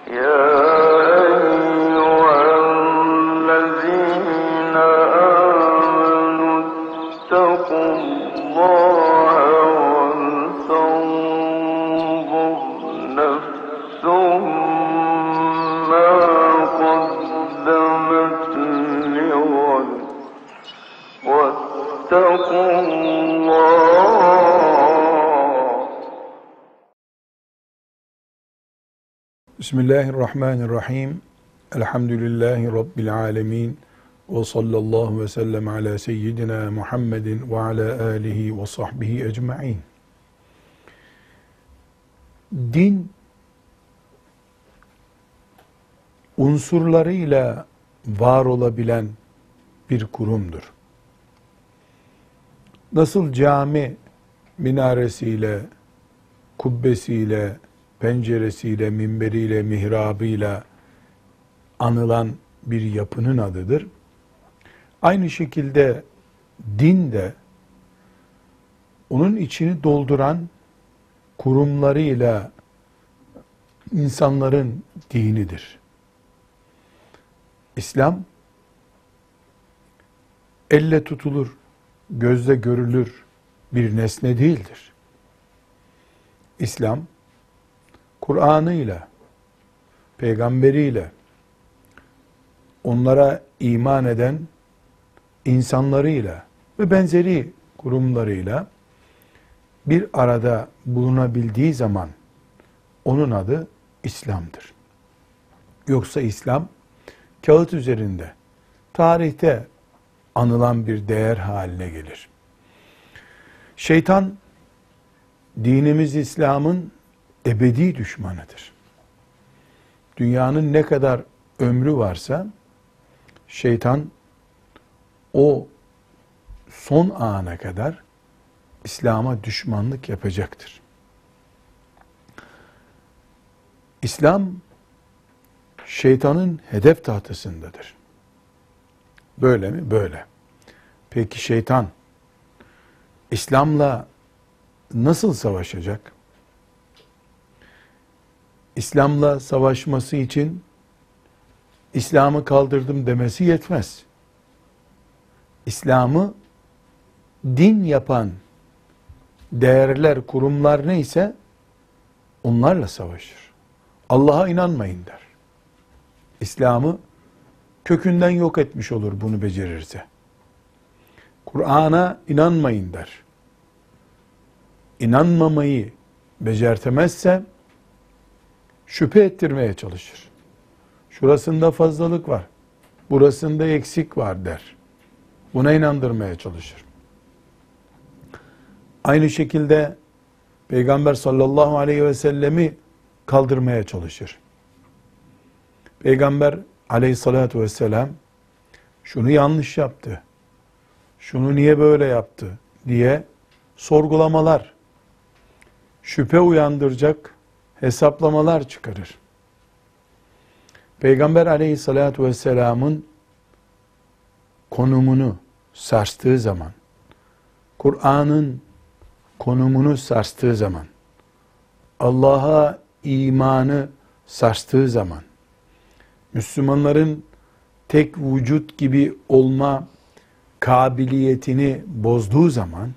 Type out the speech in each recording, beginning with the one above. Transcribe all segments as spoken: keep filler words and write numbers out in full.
Bismillahirrahmanirrahim. Elhamdülillahi Rabbil alemin. Ve sallallahu ve sellem ala seyyidina Muhammedin ve ala alihi ve sahbihi ecma'in. Din, unsurlarıyla var olabilen bir kurumdur. Nasıl cami minaresiyle, kubbesiyle, penceresiyle, minberiyle, mihrabıyla anılan bir yapının adıdır. Aynı şekilde din de onun içini dolduran kurumlarıyla insanların dinidir. İslam elle tutulur, gözle görülür bir nesne değildir. İslam Kur'an'ıyla, peygamberiyle, onlara iman eden insanlarıyla ve benzeri kurumlarıyla bir arada bulunabildiği zaman onun adı İslam'dır. Yoksa İslam kağıt üzerinde, tarihte anılan bir değer haline gelir. Şeytan, dinimiz İslam'ın ebedi düşmanıdır. Dünyanın ne kadar ömrü varsa, şeytan o son ana kadar İslam'a düşmanlık yapacaktır. İslam, şeytanın hedef tahtasındadır. Böyle mi? Böyle. Peki şeytan, İslam'la nasıl savaşacak? İslam'la savaşması için İslam'ı kaldırdım demesi yetmez. İslam'ı din yapan değerler, kurumlar neyse onlarla savaşır. Allah'a inanmayın der. İslam'ı kökünden yok etmiş olur bunu becerirse. Kur'an'a inanmayın der. İnanmamayı becertemezse şüphe ettirmeye çalışır. Şurasında fazlalık var, burasında eksik var der. Buna inandırmaya çalışır. Aynı şekilde Peygamber sallallahu aleyhi ve sellemi kaldırmaya çalışır. Peygamber aleyhissalatu vesselam şunu yanlış yaptı, şunu niye böyle yaptı diye sorgulamalar, şüphe uyandıracak hesaplamalar çıkarır. Peygamber aleyhissalatu vesselamın konumunu sarstığı zaman, Kur'an'ın konumunu sarstığı zaman, Allah'a imanı sarstığı zaman, Müslümanların tek vücut gibi olma kabiliyetini bozduğu zaman,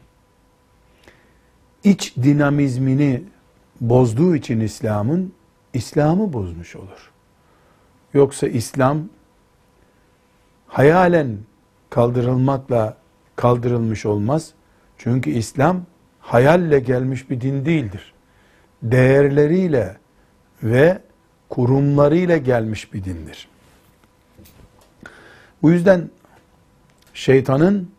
iç dinamizmini bozduğu için İslam'ın, İslam'ı bozmuş olur. Yoksa İslam hayalen kaldırılmakla kaldırılmış olmaz. Çünkü İslam hayalle gelmiş bir din değildir. Değerleriyle ve kurumlarıyla gelmiş bir dindir. Bu yüzden şeytanın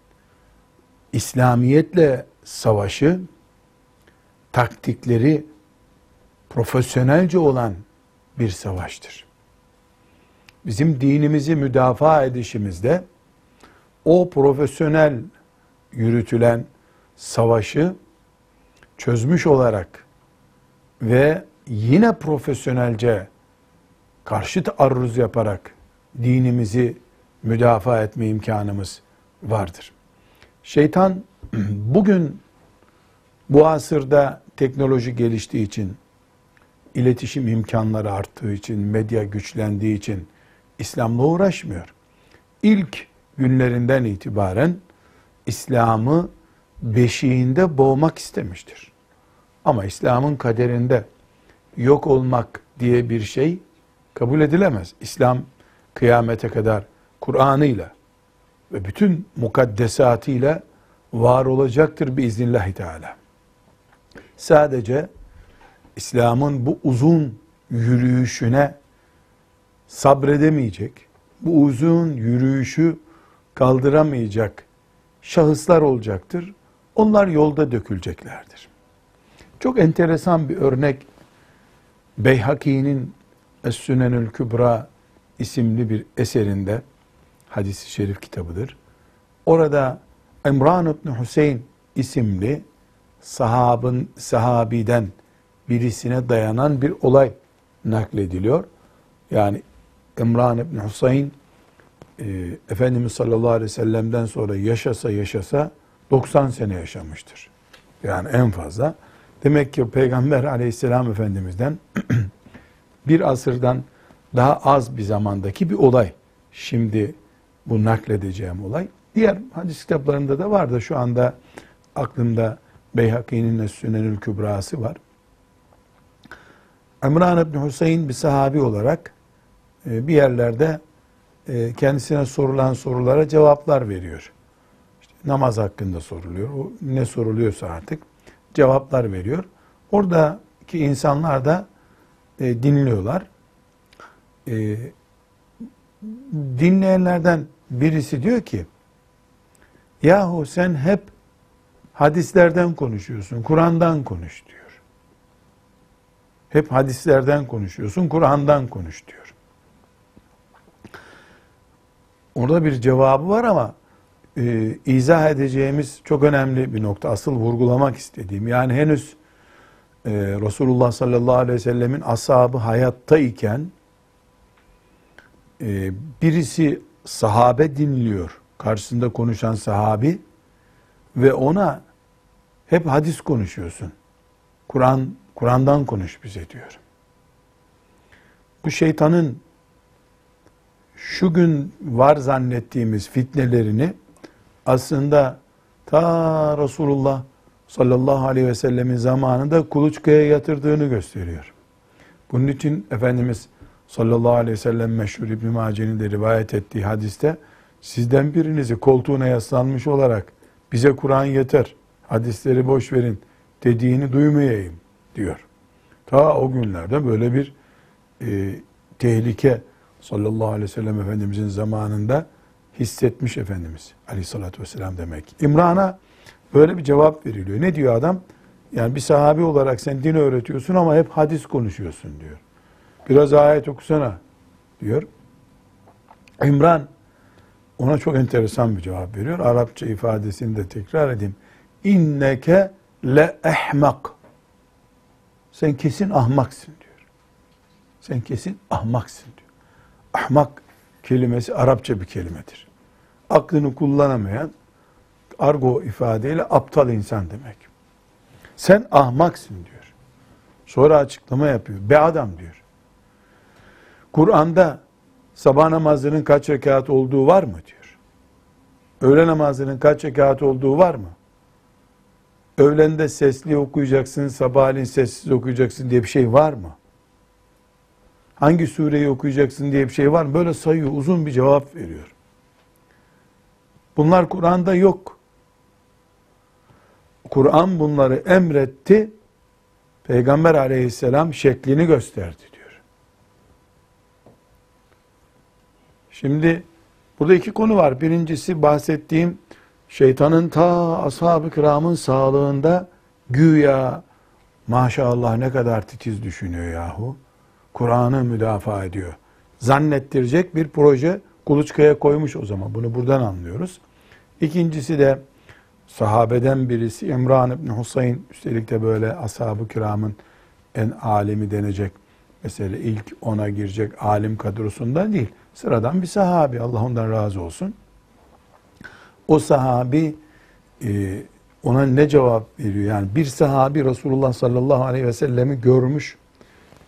İslamiyetle savaşı, taktikleri profesyonelce olan bir savaştır. Bizim dinimizi müdafaa edişimizde o profesyonel yürütülen savaşı çözmüş olarak ve yine profesyonelce karşı taarruz yaparak dinimizi müdafaa etme imkanımız vardır. Şeytan bugün bu asırda teknoloji geliştiği için iletişim imkanları arttığı için, medya güçlendiği için İslam'la uğraşmıyor. İlk günlerinden itibaren İslam'ı beşiğinde boğmak istemiştir. Ama İslam'ın kaderinde yok olmak diye bir şey kabul edilemez. İslam kıyamete kadar Kur'an'ıyla ve bütün mukaddesatıyla var olacaktır biiznillahü teala. Sadece İslam'ın bu uzun yürüyüşüne sabredemeyecek, bu uzun yürüyüşü kaldıramayacak şahıslar olacaktır. Onlar yolda döküleceklerdir. Çok enteresan bir örnek, Beyhaki'nin Es-Sünenül Kübra isimli bir eserinde, hadis-i şerif kitabıdır. Orada İmran İbni Hüseyin isimli sahabın, sahabiden birisine dayanan bir olay naklediliyor. Yani İmran İbni Hüseyin e, Efendimiz sallallahu aleyhi ve sellem'den sonra yaşasa yaşasa doksan sene yaşamıştır. Yani en fazla. Demek ki Peygamber aleyhisselam Efendimiz'den bir asırdan daha az bir zamandaki bir olay. Şimdi bu nakledeceğim olay. Diğer hadis kitaplarında da var da şu anda aklımda Beyhaki'nin Es-Sünenül Kübrası var. İmran İbni Hüseyin bir sahabi olarak bir yerlerde kendisine sorulan sorulara cevaplar veriyor. İşte namaz hakkında soruluyor. O ne soruluyorsa artık cevaplar veriyor. Oradaki insanlar da e, dinliyorlar. E, dinleyenlerden birisi diyor ki, yahu sen hep hadislerden konuşuyorsun, Kur'an'dan konuş diyor. Hep hadislerden konuşuyorsun, Kur'an'dan konuş diyor. Orada bir cevabı var ama e, izah edeceğimiz çok önemli bir nokta. Asıl vurgulamak istediğim, yani henüz e, Resulullah sallallahu aleyhi ve sellemin ashabı hayattayken e, birisi sahabe dinliyor, karşısında konuşan sahabi ve ona hep hadis konuşuyorsun, Kur'an Kur'an'dan konuş bize diyor. Bu şeytanın şu gün var zannettiğimiz fitnelerini aslında ta Resulullah sallallahu aleyhi ve sellemin zamanında kuluçkaya yatırdığını gösteriyor. Bunun için Efendimiz sallallahu aleyhi ve sellem meşhur İbn-i Mace'nin de rivayet ettiği hadiste sizden birinizi koltuğuna yaslanmış olarak bize Kur'an yeter, hadisleri boş verin dediğini duymayayım diyor. Ta o günlerde böyle bir e, tehlike sallallahu aleyhi ve sellem Efendimizin zamanında hissetmiş Efendimiz aleyhissalatü vesselam demek. İmran'a böyle bir cevap veriliyor. Ne diyor adam? Yani bir sahabi olarak sen din öğretiyorsun ama hep hadis konuşuyorsun diyor. Biraz ayet okusana diyor. İmran ona çok enteresan bir cevap veriyor. Arapça ifadesini de tekrar edeyim. İnneke le ehmak. Sen kesin ahmaksın diyor. Sen kesin ahmaksın diyor. Ahmak kelimesi Arapça bir kelimedir. Aklını kullanamayan, argo ifadeyle aptal insan demek. Sen ahmaksın diyor. Sonra açıklama yapıyor. Be adam diyor. Kur'an'da sabah namazının kaç rekat olduğu var mı diyor. Öğle namazının kaç rekat olduğu var mı? Öğlende sesli okuyacaksın, sabahleyin sessiz okuyacaksın diye bir şey var mı? Hangi sureyi okuyacaksın diye bir şey var mı? Böyle sayıyor, uzun bir cevap veriyor. Bunlar Kur'an'da yok. Kur'an bunları emretti, Peygamber aleyhisselam şeklini gösterdi diyor. Şimdi burada iki konu var. Birincisi bahsettiğim şeytanın ta ashab-ı kiramın sağlığında güya maşallah ne kadar titiz düşünüyor yahu. Kur'an'ı müdafaa ediyor. Zannettirecek bir proje kuluçkaya koymuş o zaman. Bunu buradan anlıyoruz. İkincisi de sahabeden birisi İmran İbni Hüseyin, üstelik de böyle ashab-ı kiramın en alimi denecek, mesela ilk ona girecek alim kadrosundan değil, sıradan bir sahabi, Allah ondan razı olsun. O sahabi e, ona ne cevap veriyor? Yani bir sahabi Resulullah sallallahu aleyhi ve sellemi görmüş,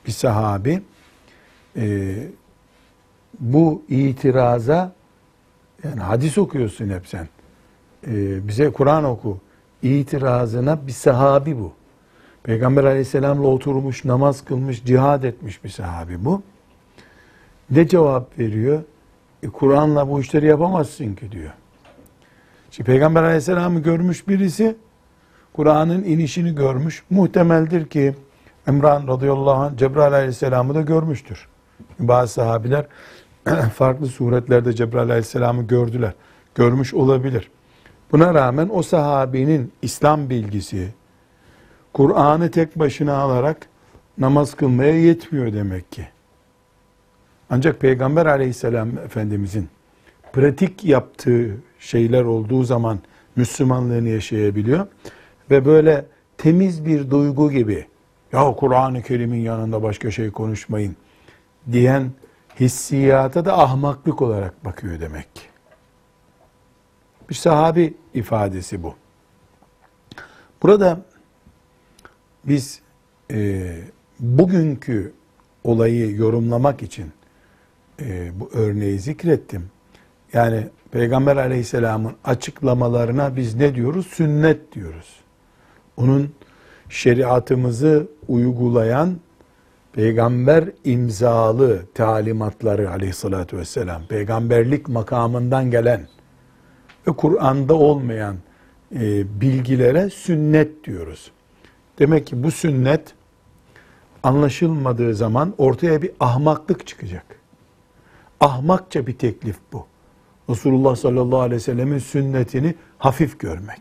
bir sahabi e, bu itiraza, yani hadis okuyorsun hep sen, e, bize Kur'an oku itirazına bir sahabi bu. Peygamber aleyhisselamla oturmuş, namaz kılmış, cihad etmiş bir sahabi bu. Ne cevap veriyor? E, Kur'an'la bu işleri yapamazsın ki diyor. Şimdi Peygamber aleyhisselamı görmüş birisi, Kur'an'ın inişini görmüş. Muhtemeldir ki İmran radıyallahu anh Cebrail aleyhisselamı da görmüştür. Bazı sahabiler farklı suretlerde Cebrail aleyhisselamı gördüler. Görmüş olabilir. Buna rağmen o sahabinin İslam bilgisi, Kur'an'ı tek başına alarak namaz kılmaya yetmiyor demek ki. Ancak Peygamber aleyhisselam Efendimizin pratik yaptığı şeyler olduğu zaman Müslümanlığını yaşayabiliyor. Ve böyle temiz bir duygu gibi, ya Kur'an-ı Kerim'in yanında başka şey konuşmayın diyen hissiyata da ahmaklık olarak bakıyor demek ki. Bir sahabi ifadesi bu. Burada biz e, bugünkü olayı yorumlamak için e, bu örneği zikrettim. Yani Peygamber aleyhisselamın açıklamalarına biz ne diyoruz? Sünnet diyoruz. Onun şeriatımızı uygulayan peygamber imzalı talimatları aleyhissalatü vesselam, peygamberlik makamından gelen ve Kur'an'da olmayan e, bilgilere sünnet diyoruz. Demek ki bu sünnet anlaşılmadığı zaman ortaya bir ahmaklık çıkacak. Ahmakça bir teklif bu. Resulullah sallallahu aleyhi ve sellemin sünnetini hafif görmek.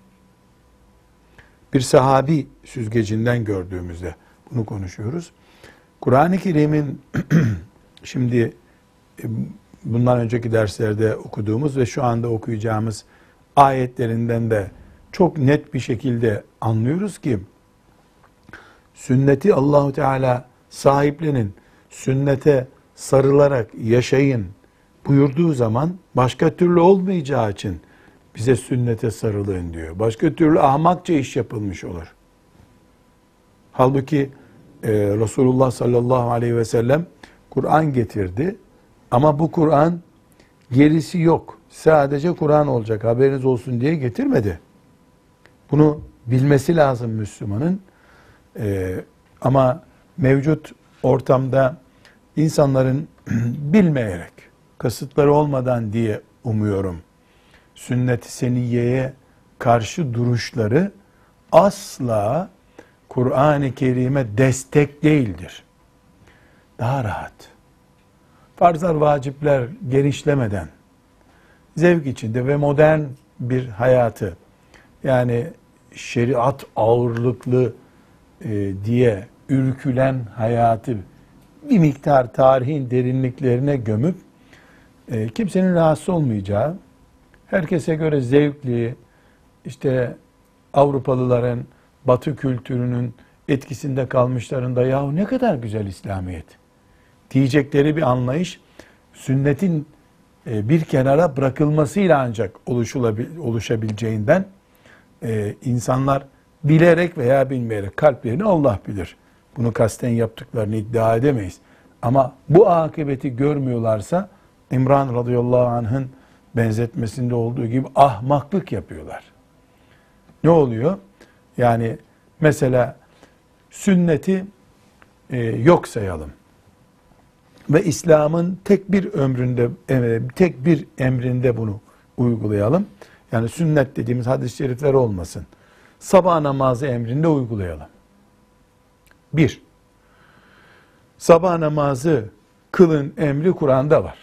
Bir sahabi süzgecinden gördüğümüzde bunu konuşuyoruz. Kur'an-ı Kerim'in şimdi bundan önceki derslerde okuduğumuz ve şu anda okuyacağımız ayetlerinden de çok net bir şekilde anlıyoruz ki sünneti Allahu Teala sahiplenin, sünnete sarılarak yaşayın buyurduğu zaman başka türlü olmayacağı için bize sünnete sarılın diyor. Başka türlü ahmakça iş yapılmış olur. Halbuki e, Resulullah sallallahu aleyhi ve sellem Kur'an getirdi ama bu Kur'an gerisi yok. Sadece Kur'an olacak, haberiniz olsun diye getirmedi. Bunu bilmesi lazım Müslümanın. E, ama mevcut ortamda insanların bilmeyerek, kasıtları olmadan diye umuyorum, sünnet-i seniyyeye karşı duruşları asla Kur'an-ı Kerim'e destek değildir. Daha rahat. Farzlar, vacipler genişlemeden, zevk içinde ve modern bir hayatı, yani şeriat ağırlıklı e, diye ürkülen hayatı bir miktar tarihin derinliklerine gömüp e, kimsenin rahatsız olmayacağı, herkese göre zevkli, işte Avrupalıların, Batı kültürünün etkisinde kalmışlarında yahu ne kadar güzel İslamiyet diyecekleri bir anlayış, sünnetin bir kenara bırakılmasıyla ancak oluşabileceğinden insanlar bilerek veya bilmeyerek, kalplerini Allah bilir, bunu kasten yaptıklarını iddia edemeyiz. Ama bu akıbeti görmüyorlarsa İmran radıyallahu anh'ın benzetmesinde olduğu gibi ahmaklık yapıyorlar. Ne oluyor? Yani mesela sünneti e, yok sayalım ve İslam'ın tek bir ömründe, e, tek bir emrinde bunu uygulayalım. Yani sünnet dediğimiz hadis-i şerifler olmasın. Sabah namazı emrinde uygulayalım. Bir, sabah namazı kılın emri Kur'an'da var.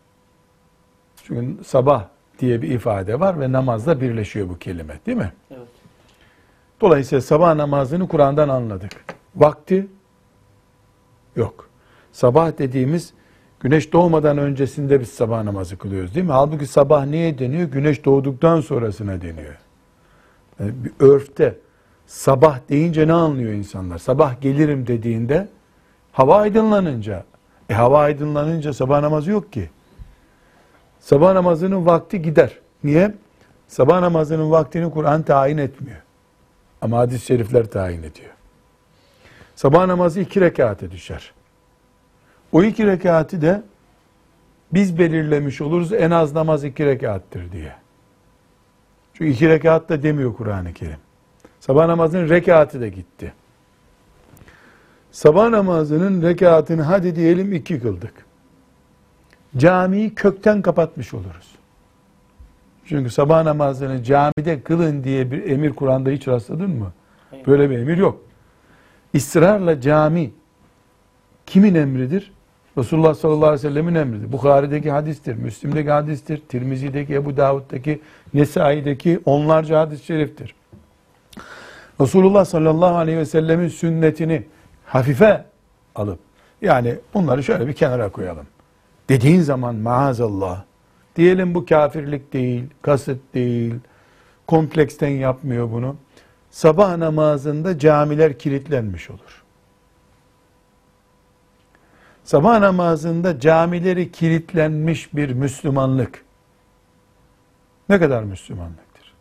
Çünkü sabah diye bir ifade var ve namazla birleşiyor bu kelime, değil mi? Evet. Dolayısıyla sabah namazını Kur'an'dan anladık. Vakti yok. Sabah dediğimiz güneş doğmadan öncesinde biz sabah namazı kılıyoruz, değil mi? Halbuki sabah niye deniyor? Güneş doğduktan sonrasına deniyor. Yani bir örfte sabah deyince ne anlıyor insanlar? Sabah gelirim dediğinde hava aydınlanınca. E hava aydınlanınca sabah namazı yok ki. Sabah namazının vakti gider. Niye? Sabah namazının vaktini Kur'an tayin etmiyor. Ama hadis-i şerifler tayin ediyor. Sabah namazı iki rekate düşer. O iki rekatı da biz belirlemiş oluruz, en az namaz iki rekattır diye. Çünkü iki rekat da demiyor Kur'an-ı Kerim. Sabah namazının rekatı da gitti. Sabah namazının rekatını hadi diyelim iki kıldık. Camiyi kökten kapatmış oluruz. Çünkü sabah namazını camide kılın diye bir emir Kur'an'da hiç rastladın mı? Böyle bir emir yok. İsrarla cami kimin emridir? Resulullah sallallahu aleyhi ve sellemin emridir. Bukhari'deki hadistir, Müslim'deki hadistir, Tirmizi'deki, Ebu Davud'daki, Nesai'deki onlarca hadis-i şeriftir. Resulullah sallallahu aleyhi ve sellemin sünnetini hafife alıp, yani bunları şöyle bir kenara koyalım dediğin zaman maazallah, diyelim bu kafirlik değil, kasıt değil, kompleksten yapmıyor bunu. Sabah namazında camiler kilitlenmiş olur. Sabah namazında camileri kilitlenmiş bir Müslümanlık ne kadar Müslümanlıktır?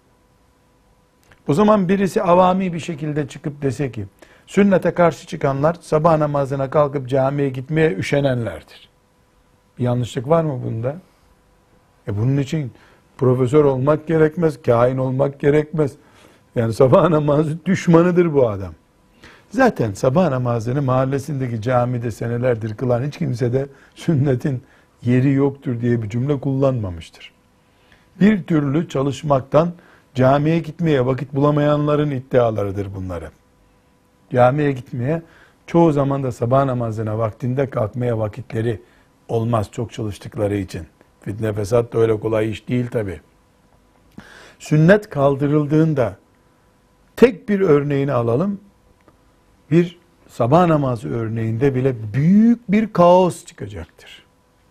O zaman birisi avami bir şekilde çıkıp dese ki, sünnete karşı çıkanlar sabah namazına kalkıp camiye gitmeye üşenenlerdir. Bir yanlışlık var mı bunda? E bunun için profesör olmak gerekmez, kahin olmak gerekmez. Yani sabah namazı düşmanıdır bu adam. Zaten sabah namazını mahallesindeki camide senelerdir kılan hiç kimse de sünnetin yeri yoktur diye bir cümle kullanmamıştır. Bir türlü çalışmaktan camiye gitmeye vakit bulamayanların iddialarıdır bunları. Camiye gitmeye, çoğu zaman da sabah namazına vaktinde kalkmaya vakitleri olmaz çok çalıştıkları için. Fitne fesat da öyle kolay iş değil tabi. Sünnet kaldırıldığında tek bir örneğini alalım. Bir sabah namazı örneğinde bile büyük bir kaos çıkacaktır.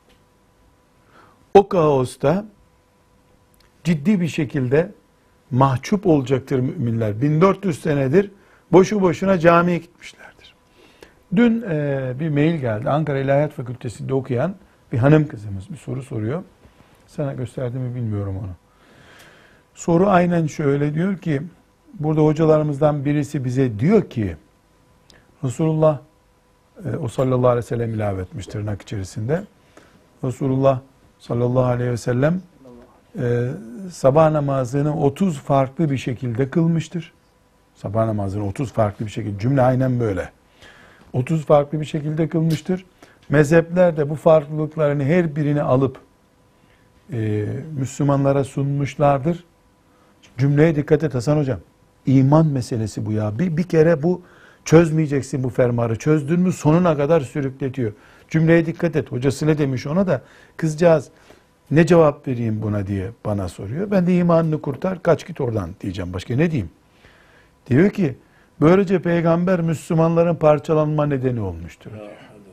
O kaosta ciddi bir şekilde mahcup olacaktır müminler. bin dört yüz senedir boşu boşuna camiye gitmişlerdir. Dün e, bir mail geldi. Ankara İlahiyat Fakültesi'nde okuyan bir hanım kızımız bir soru soruyor. Sana gösterdim mi bilmiyorum onu. Soru aynen şöyle diyor ki, burada hocalarımızdan birisi bize diyor ki, Resulullah, e, o sallallahu aleyhi ve sellem ilave etmiş tırnak içerisinde. Resulullah sallallahu aleyhi ve sellem e, sabah namazını otuz farklı bir şekilde kılmıştır. Sabah namazını otuz farklı bir şekilde, cümle aynen böyle. otuz farklı bir şekilde kılmıştır. Mezhepler de bu farklılıklarını her birini alıp e, Müslümanlara sunmuşlardır. Cümleye dikkat et Hasan hocam. İman meselesi bu ya. Bir, bir kere bu çözmeyeceksin bu fermuarı. Çözdün mü sonuna kadar sürükletiyor. Cümleye dikkat et. Hocası ne demiş ona da, kızcağız ne cevap vereyim buna diye bana soruyor. Ben de imanını kurtar, kaç git oradan diyeceğim. Başka ne diyeyim? Diyor ki, böylece peygamber Müslümanların parçalanma nedeni olmuştur diyor.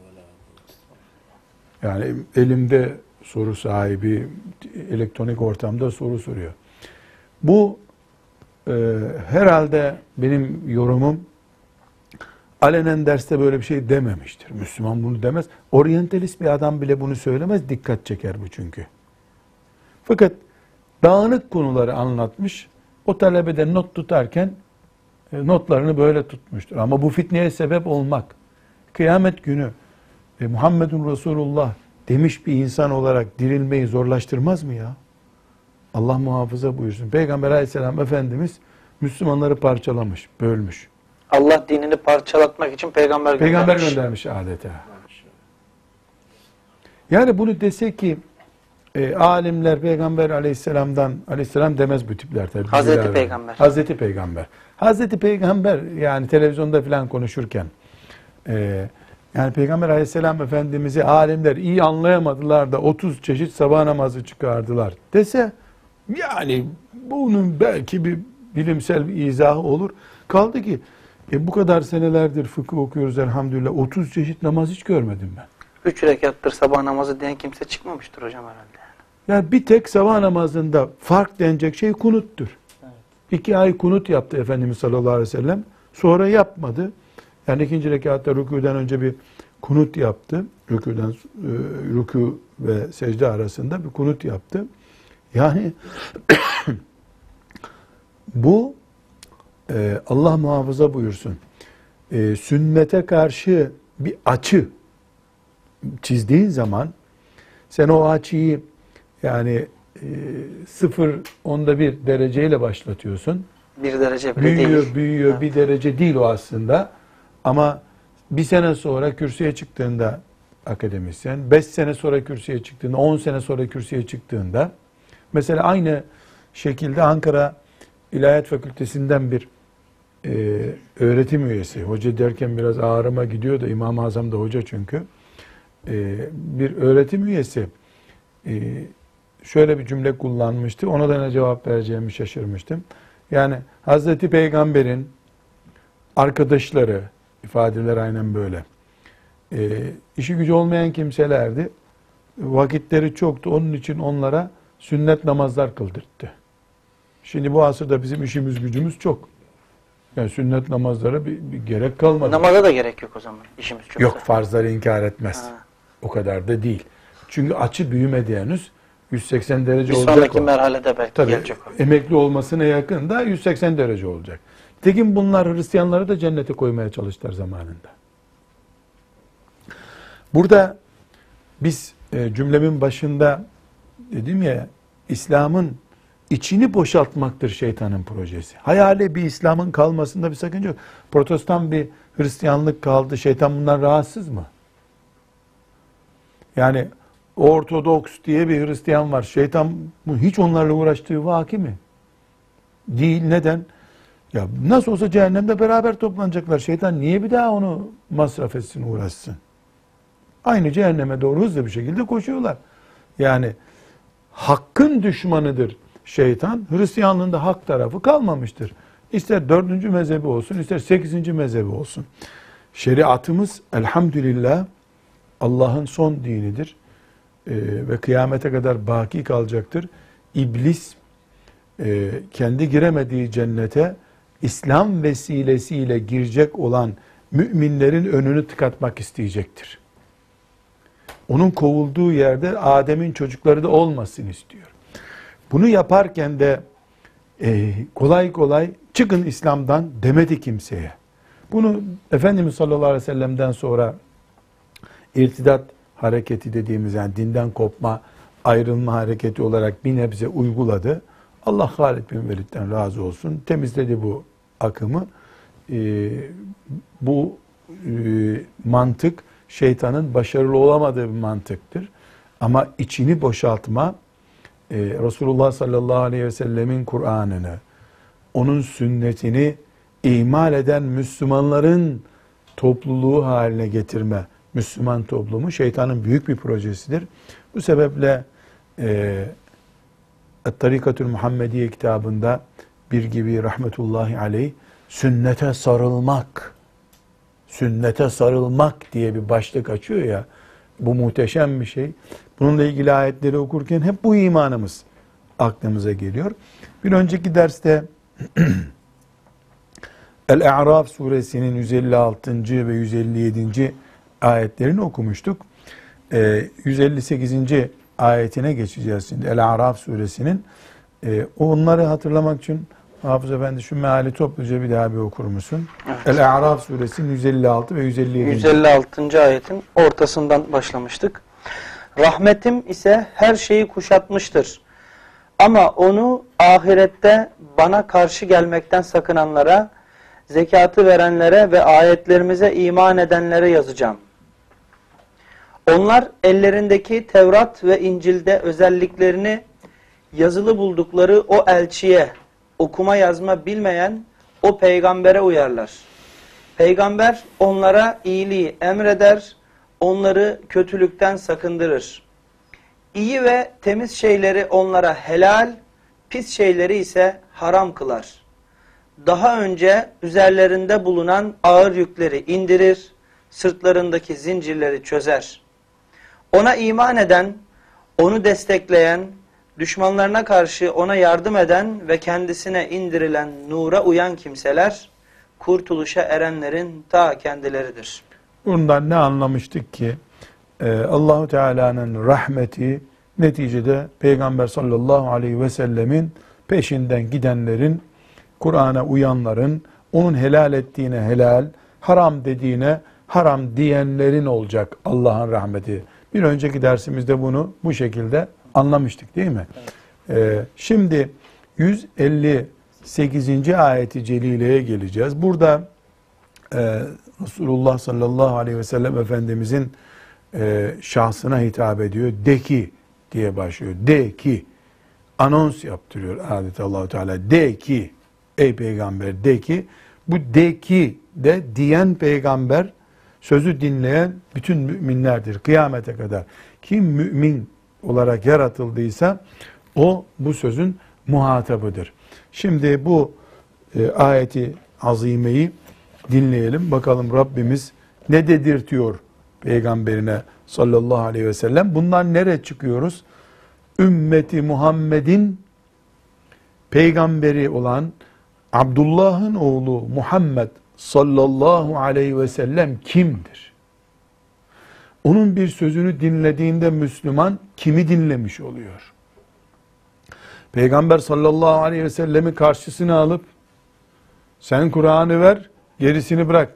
Yani elimde soru sahibi, elektronik ortamda soru soruyor. Bu e, herhalde benim yorumum, alenen derste böyle bir şey dememiştir. Müslüman bunu demez. Oryantalist bir adam bile bunu söylemez. Dikkat çeker bu çünkü. Fakat dağınık konuları anlatmış. O talebe de not tutarken e, notlarını böyle tutmuştur. Ama bu fitneye sebep olmak, kıyamet günü e, Muhammedun Resulullah demiş bir insan olarak dirilmeyi zorlaştırmaz mı ya? Allah muhafaza buyursun. Peygamber aleyhisselam Efendimiz Müslümanları parçalamış, bölmüş. Allah dinini parçalatmak için peygamber göndermiş. Peygamber göndermiş adeta. Yani bunu dese ki e, alimler Peygamber aleyhisselamdan, aleyhisselam demez bu tipler tabii. Hazreti Bizler, Peygamber. Hazreti Peygamber. Hazreti Peygamber yani televizyonda falan konuşurken e, yani Peygamber aleyhisselam Efendimiz'i alimler iyi anlayamadılar da otuz çeşit sabah namazı çıkardılar dese, yani bunun belki bir bilimsel bir izahı olur. Kaldı ki e, bu kadar senelerdir fıkıh okuyoruz elhamdülillah, otuz çeşit namaz hiç görmedim ben. Üç rekattır sabah namazı diyen kimse çıkmamıştır hocam herhalde. Yani bir tek sabah namazında fark denecek şey kunuttur. Evet. İki ay kunut yaptı Efendimiz sallallahu aleyhi ve sellem. Sonra yapmadı. Yani ikinci rekatta rükûden önce bir kunut yaptı. Rükûden e, rükû ve secde arasında bir kunut yaptı. Yani bu e, Allah muhafaza buyursun. e, sünnete karşı bir açı çizdiğin zaman sen o açıyı yani e, sıfır onda bir dereceyle başlatıyorsun. Bir derece bile Büyüyor, değil. büyüyor. Evet. Bir derece değil o aslında. Ama bir sene sonra kürsüye çıktığında akademisyen, beş sene sonra kürsüye çıktığında, on sene sonra kürsüye çıktığında, mesela aynı şekilde Ankara İlahiyat Fakültesinden bir e, öğretim üyesi, hoca derken biraz ağrıma gidiyor da İmam-ı Azam'da hoca çünkü, e, bir öğretim üyesi e, şöyle bir cümle kullanmıştı. Ona da ne cevap vereceğimi şaşırmıştım. Yani Hazreti Peygamber'in arkadaşları, ifadeler aynen böyle. E, işi gücü olmayan kimselerdi. Vakitleri çoktu. Onun için onlara sünnet namazlar kıldırttı. Şimdi bu asırda bizim işimiz gücümüz çok. Yani sünnet namazlara bir, bir gerek kalmadı. Namaza da gerek yok o zaman. İşimiz çok. Yok, farzları inkar etmez. Ha. O kadar da değil. Çünkü açı büyümedi henüz. yüz seksen derece Bir olacak sonraki o. merhalede belki Tabii, gelecek o. emekli olmasına yakın da yüz seksen derece olacak. Tekin bunlar Hristiyanları da cennete koymaya çalıştılar zamanında. Burada biz e, cümlemin başında dedim ya, İslam'ın içini boşaltmaktır şeytanın projesi. Hayali bir İslam'ın kalmasında bir sakınca yok. Protestan bir Hristiyanlık kaldı. Şeytan bundan rahatsız mı? Yani Ortodoks diye bir Hristiyan var. Şeytan hiç onlarla uğraştığı vaki mi? Değil. Neden? Ya nasıl olsa cehennemde beraber toplanacaklar. Şeytan niye bir daha onu masraf etsin, uğraşsın? Aynı cehenneme doğru hızlı bir şekilde koşuyorlar. Yani hakkın düşmanıdır şeytan. Hristiyanlığında hak tarafı kalmamıştır. İster dördüncü mezhebi olsun, ister sekizinci mezhebi olsun. Şeriatımız elhamdülillah Allah'ın son dinidir. Ee, ve kıyamete kadar baki kalacaktır. İblis e, kendi giremediği cennete İslam vesilesiyle girecek olan müminlerin önünü tıkatmak isteyecektir. Onun kovulduğu yerde Adem'in çocukları da olmasın istiyor. Bunu yaparken de e, kolay kolay çıkın İslam'dan demedi kimseye. Bunu Efendimiz sallallahu aleyhi ve sellem'den sonra irtidat hareketi dediğimiz, yani dinden kopma, ayrılma hareketi olarak bir nebze uyguladı. Allah Halid bin Velid'den razı olsun. Temizledi bu akımı. Ee, bu e, mantık şeytanın başarılı olamadığı bir mantıktır. Ama içini boşaltma, e, Resulullah sallallahu aleyhi ve sellemin Kur'an'ını, onun sünnetini ihmal eden Müslümanların topluluğu haline getirme, Müslüman toplumu şeytanın büyük bir projesidir. Bu sebeple e, Et-Tarikatül Muhammediye kitabında bir gibi rahmetullahi aleyh sünnete sarılmak, sünnete sarılmak diye bir başlık açıyor ya, bu muhteşem bir şey. Bununla ilgili ayetleri okurken hep bu imanımız aklımıza geliyor. Bir önceki derste El-A'raf suresinin yüz elli altıncı ve yüz elli yedinci ayetlerini okumuştuk. Ee, yüz elli sekizinci ayetine geçeceğiz şimdi. El-A'raf suresinin. Ee, onları hatırlamak için Hafız Efendi şu meali topluca bir daha bir okur musun? Evet. El-A'raf suresinin yüz elli altı ve yüz elli yedinci yüz elli altıncı ayetin ortasından başlamıştık. Rahmetim ise her şeyi kuşatmıştır. Ama onu ahirette bana karşı gelmekten sakınanlara, zekatı verenlere ve ayetlerimize iman edenlere yazacağım. Onlar ellerindeki Tevrat ve İncil'de özelliklerini yazılı buldukları o elçiye, okuma yazma bilmeyen o peygambere uyarlar. Peygamber onlara iyiliği emreder, onları kötülükten sakındırır. İyi ve temiz şeyleri onlara helal, pis şeyleri ise haram kılar. Daha önce üzerlerinde bulunan ağır yükleri indirir, sırtlarındaki zincirleri çözer. Ona iman eden, onu destekleyen, düşmanlarına karşı ona yardım eden ve kendisine indirilen nura uyan kimseler, kurtuluşa erenlerin ta kendileridir. Bundan ne anlamıştık ki? Ee, Allahu Teala'nın rahmeti neticede Peygamber sallallahu aleyhi ve sellemin peşinden gidenlerin, Kur'an'a uyanların, onun helal ettiğine helal, haram dediğine haram diyenlerin olacak Allah'ın rahmeti. Bir önceki dersimizde bunu bu şekilde anlamıştık değil mi? Evet. Ee, şimdi yüz elli sekizinci ayeti celileye geleceğiz. Burada e, Resulullah sallallahu aleyhi ve sellem Efendimizin e, şahsına hitap ediyor. De ki diye başlıyor. De ki anons yaptırıyor adeta Allahu Teala. De ki ey peygamber de ki, bu de ki de diyen peygamber sözü dinleyen bütün müminlerdir kıyamete kadar. Kim mümin olarak yaratıldıysa o bu sözün muhatabıdır. Şimdi bu e, ayeti azimeyi dinleyelim. Bakalım Rabbimiz ne dedirtiyor peygamberine sallallahu aleyhi ve sellem. Bundan nereye çıkıyoruz? Ümmeti Muhammed'in peygamberi olan Abdullah'ın oğlu Muhammed sallallahu aleyhi ve sellem kimdir? Onun bir sözünü dinlediğinde Müslüman kimi dinlemiş oluyor? Peygamber sallallahu aleyhi ve sellemi karşısına alıp sen Kur'an'ı ver, gerisini bırak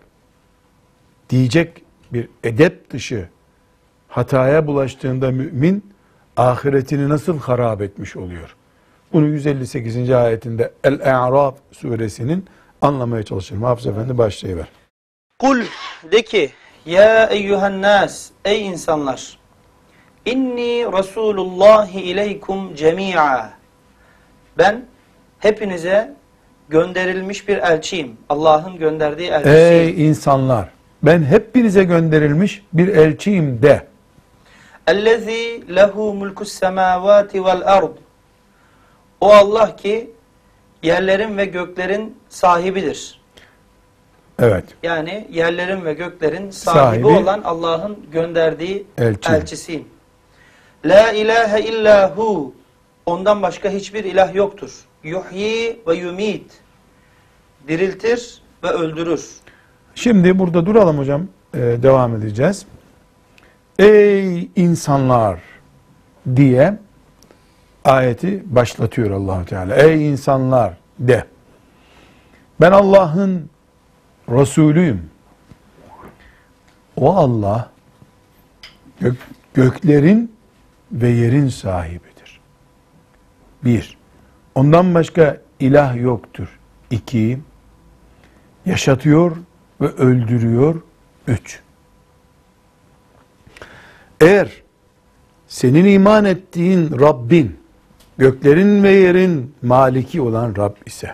diyecek bir edep dışı hataya bulaştığında mümin ahiretini nasıl harap etmiş oluyor? Bunu yüz elli sekizinci ayetinde El-A'raf suresinin anlamaya çalışalım. Hafız Efendi başlayıver. Kul de ki ya eyyühen nas, ey insanlar, inni Resulullahi ileykum cemi'a, ben hepinize gönderilmiş bir elçiyim. Allah'ın gönderdiği elçisiyim. Ey insanlar, ben hepinize gönderilmiş bir elçiyim de. Ellezî lehu mulkus semâvâti vel ard. O Allah ki yerlerin ve göklerin sahibidir. Evet. Yani yerlerin ve göklerin sahibi, Sahibi, olan Allah'ın gönderdiği elçi. elçisiyim. La ilahe illa hu. Ondan başka hiçbir ilah yoktur. Yuhyi ve yumit. Diriltir ve öldürür. Şimdi burada duralım hocam. Ee, devam edeceğiz. Ey insanlar diye ayeti başlatıyor Allah Teala. Ey insanlar de. Ben Allah'ın Resulüyüm. O Allah gök, göklerin ve yerin sahibidir. Bir, ondan başka ilah yoktur. İki, yaşatıyor ve öldürüyor. Üç, eğer senin iman ettiğin Rabbin, göklerin ve yerin maliki olan Rab ise,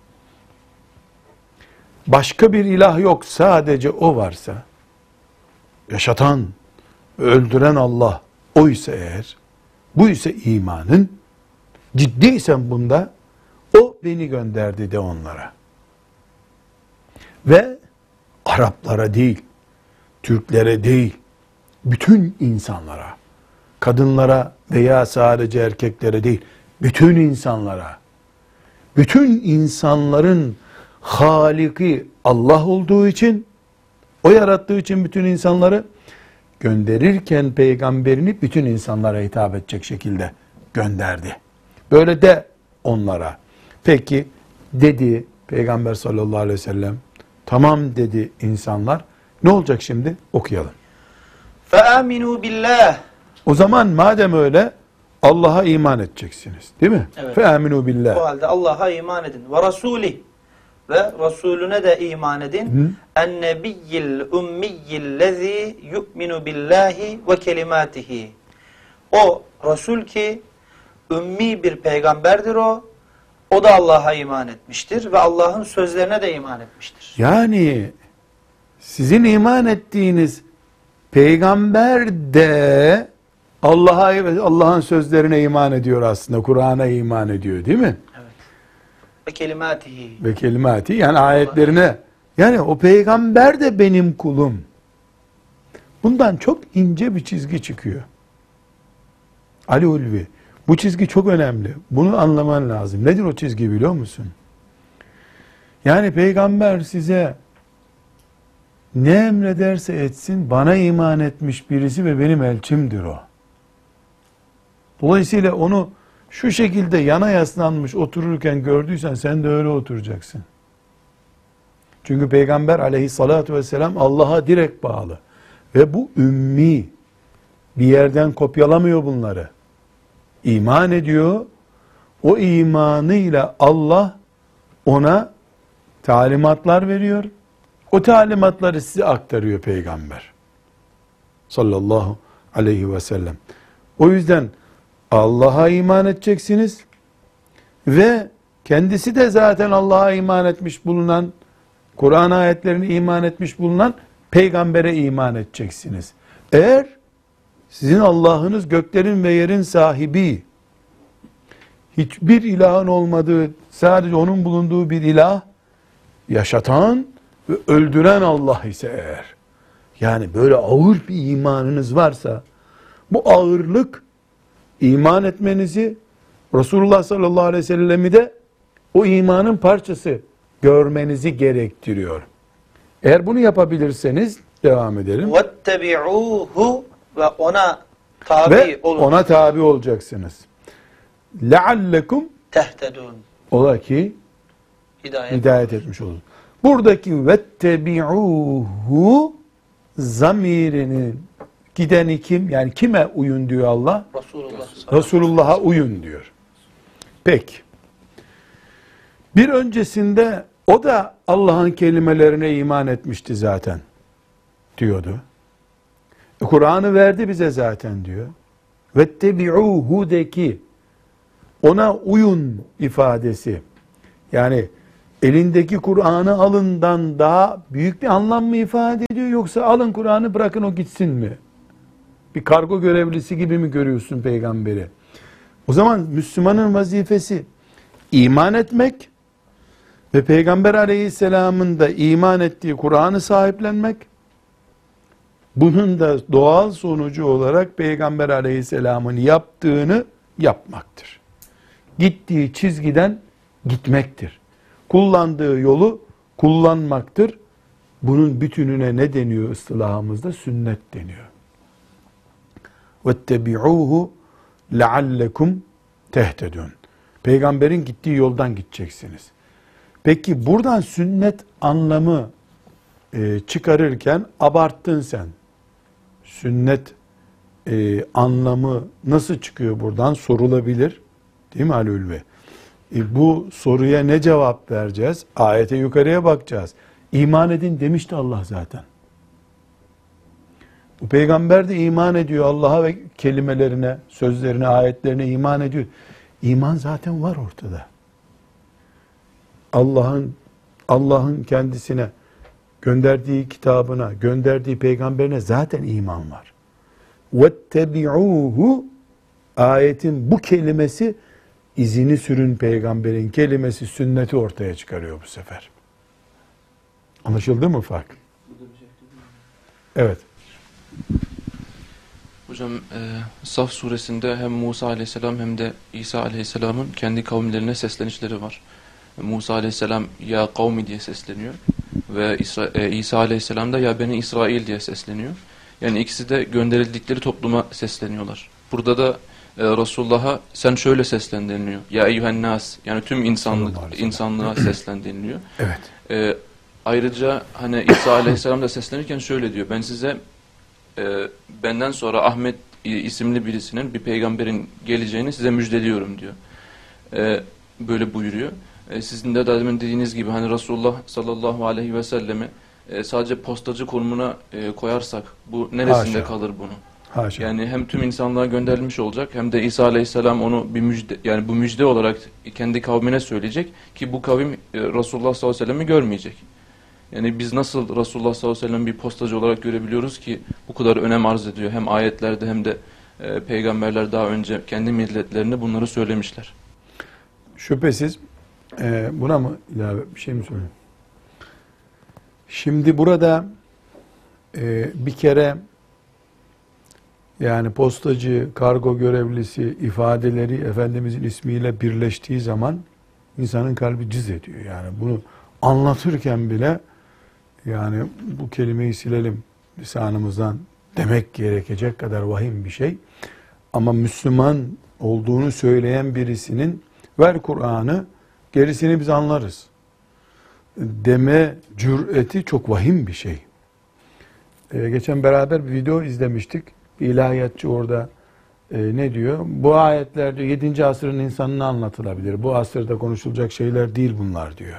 başka bir ilah yok, sadece o varsa, yaşatan ve öldüren Allah o ise eğer, bu ise imanın, ciddiysen bunda, o beni gönderdi de onlara. Ve Araplara değil, Türklere değil, bütün insanlara, kadınlara veya sadece erkeklere değil, bütün insanlara, bütün insanların Haliki Allah olduğu için, o yarattığı için bütün insanları, gönderirken peygamberini bütün insanlara hitap edecek şekilde gönderdi. Böyle de onlara. Peki dedi Peygamber sallallahu aleyhi ve sellem, tamam dedi insanlar. Ne olacak şimdi? Okuyalım. فَآمِنُوا بِاللّٰهِ. O zaman madem öyle Allah'a iman edeceksiniz. Değil mi? Evet. فَآمِنُوا بِاللّٰهِ. O halde Allah'a iman edin. وَرَسُولِهِ. Ve Resulüne de iman edin. اَنَّبِيِّ الْاُمِّيِّ الَّذ۪ي يُؤْمِنُ بِاللّٰهِ وَكَلِمَاتِهِ. O Resul ki ümmi bir peygamberdir o. O da Allah'a iman etmiştir ve Allah'ın sözlerine de iman etmiştir. Yani sizin iman ettiğiniz peygamber de Allah'a ve Allah'ın sözlerine iman ediyor aslında. Kur'an'a iman ediyor değil mi? Evet. Ve kelimatihi. Ve kelimati yani ayetlerine. Yani o peygamber de benim kulum. Bundan çok ince bir çizgi çıkıyor. Ali Ulvi, bu çizgi çok önemli. Bunu anlaman lazım. Nedir o çizgi biliyor musun? Yani peygamber size ne emrederse etsin bana iman etmiş birisi ve benim elçimdir o. Dolayısıyla onu şu şekilde yana yaslanmış otururken gördüysen sen de öyle oturacaksın. Çünkü Peygamber aleyhissalatu vesselam Allah'a direkt bağlı. Ve bu ümmi, bir yerden kopyalamıyor bunları. İman ediyor. O imanıyla Allah ona talimatlar veriyor. O talimatları size aktarıyor Peygamber sallallahu aleyhi ve sellem. O yüzden Allah'a iman edeceksiniz ve kendisi de zaten Allah'a iman etmiş bulunan, Kur'an ayetlerine iman etmiş bulunan peygambere iman edeceksiniz. Eğer sizin Allah'ınız göklerin ve yerin sahibi, hiçbir ilahın olmadığı, sadece onun bulunduğu bir ilah, yaşatan ve öldüren Allah ise eğer, yani böyle ağır bir imanınız varsa, bu ağırlık iman etmenizi, Resulullah sallallahu aleyhi ve sellem'i de o imanın parçası görmenizi gerektiriyor. Eğer bunu yapabilirseniz, devam edelim. وَاتَّبِعُوهُ ve ona tabi Ve olun. ona tabi olacaksınız. لَعَلَّكُمْ tehtedun. Ola ki Hidayet. hidayet etmiş olun. Buradaki vettebi'uhu zamirinin gideni kim? Yani kime uyun diyor Allah? Resulullah. Resulullah'a uyun diyor. Peki. Bir öncesinde o da Allah'ın kelimelerine iman etmişti zaten diyordu. E, Kur'an'ı verdi bize zaten diyor. Vettebi'uhu'deki ona uyun ifadesi, yani elindeki Kur'an'ı alından daha büyük bir anlam mı ifade ediyor, yoksa alın Kur'an'ı bırakın o gitsin mi? Bir kargo görevlisi gibi mi görüyorsun peygamberi? O zaman Müslümanın vazifesi iman etmek ve Peygamber aleyhisselamın da iman ettiği Kur'an'ı sahiplenmek. Bunun da doğal sonucu olarak Peygamber aleyhisselamın yaptığını yapmaktır. Gittiği çizgiden gitmektir. Kullandığı yolu kullanmaktır. Bunun bütününe ne deniyor ıstılahımızda? Sünnet deniyor. وَاتَّبِعُوهُ لَعَلَّكُمْ تَهْتَدُونَ. Peygamberin gittiği yoldan gideceksiniz. Peki buradan sünnet anlamı e, çıkarırken abarttın sen. Sünnet e, anlamı nasıl çıkıyor buradan sorulabilir. Değil mi Ali Ülve? E, bu soruya ne cevap vereceğiz? Ayete yukarıya bakacağız. İman edin demişti Allah zaten. Bu peygamber de iman ediyor Allah'a ve kelimelerine, sözlerine, ayetlerine iman ediyor. İman zaten var ortada. Allah'ın Allah'ın kendisine gönderdiği kitabına, gönderdiği peygamberine zaten iman var. وَاتَّبِعُوهُ ayetin bu kelimesi izini sürün peygamberin kelimesi sünneti ortaya çıkarıyor bu sefer. Anlaşıldı mı fark? Evet. Hocam e, Saf suresinde hem Musa aleyhisselam hem de İsa aleyhisselamın kendi kavimlerine seslenişleri var. Musa aleyhisselam ya kavmi diye sesleniyor ve İsa, e, İsa aleyhisselam da ya beni İsrail diye sesleniyor. Yani ikisi de gönderildikleri topluma sesleniyorlar. Burada da e, Resulullah'a sen şöyle seslen deniliyor. Ya eyyühen nas, yani tüm insanlık insanlığa seslen deniliyor. Evet. E, ayrıca hani İsa aleyhisselam da seslenirken şöyle diyor. Ben size e, benden sonra Ahmet isimli birisinin, bir peygamberin geleceğini size müjdeliyorum diyor. E, böyle buyuruyor. E, sizin de demin dediğiniz gibi hani Resulullah sallallahu aleyhi ve sellemi e, sadece postacı konumuna e, koyarsak bu neresinde Haşa. kalır bunu? Haşa. Yani hem tüm insanlığa gönderilmiş olacak hem de İsa aleyhisselam onu bir müjde, yani bu müjde olarak kendi kavmine söyleyecek ki bu kavim e, Resulullah sallallahu aleyhi ve sellem'i görmeyecek. Yani biz nasıl Resulullah sallallahu aleyhi ve sellem'i bir postacı olarak görebiliyoruz ki bu kadar önem arz ediyor. Hem ayetlerde hem de e, peygamberler daha önce kendi milletlerine bunları söylemişler. Şüphesiz e, buna mı ilave bir şey mi söyleyeyim? Şimdi burada e, bir kere yani postacı, kargo görevlisi ifadeleri Efendimizin ismiyle birleştiği zaman insanın kalbi cız ediyor. Yani bunu anlatırken bile yani bu kelimeyi silelim lisanımızdan demek gerekecek kadar vahim bir şey. Ama Müslüman olduğunu söyleyen birisinin ver Kur'an'ı, gerisini biz anlarız. deme cüreti çok vahim bir şey. Ee, geçen beraber bir video izlemiştik. Bir ilahiyatçı orada e, ne diyor? Bu ayetler diyor, yedinci asrın insanına anlatılabilir. Bu asırda konuşulacak şeyler değil bunlar diyor.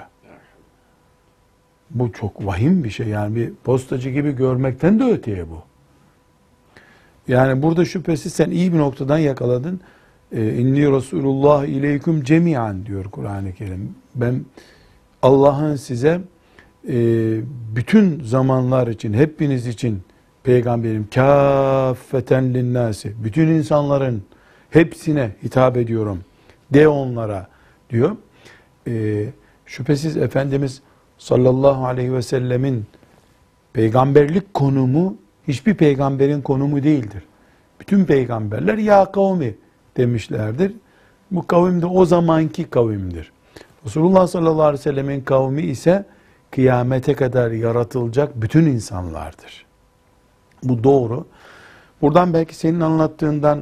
Bu çok vahim bir şey. Yani bir postacı gibi görmekten de öteye bu. Yani burada şüphesiz sen iyi bir noktadan yakaladın. İnni Resulullah ileyküm cemiyan diyor Kur'an-ı Kerim. Ben Allah'ın size e, bütün zamanlar için, hepiniz için peygamberim, kâffeten linnâsi, bütün insanların hepsine hitap ediyorum de onlara diyor. E, şüphesiz Efendimiz sallallahu aleyhi ve sellemin peygamberlik konumu hiçbir peygamberin konumu değildir. Bütün peygamberler ya kavmi demişlerdir. Bu kavim de o zamanki kavimdir. Resulullah sallallahu aleyhi ve sellemin kavmi ise kıyamete kadar yaratılacak bütün insanlardır. Bu doğru. Buradan belki senin anlattığından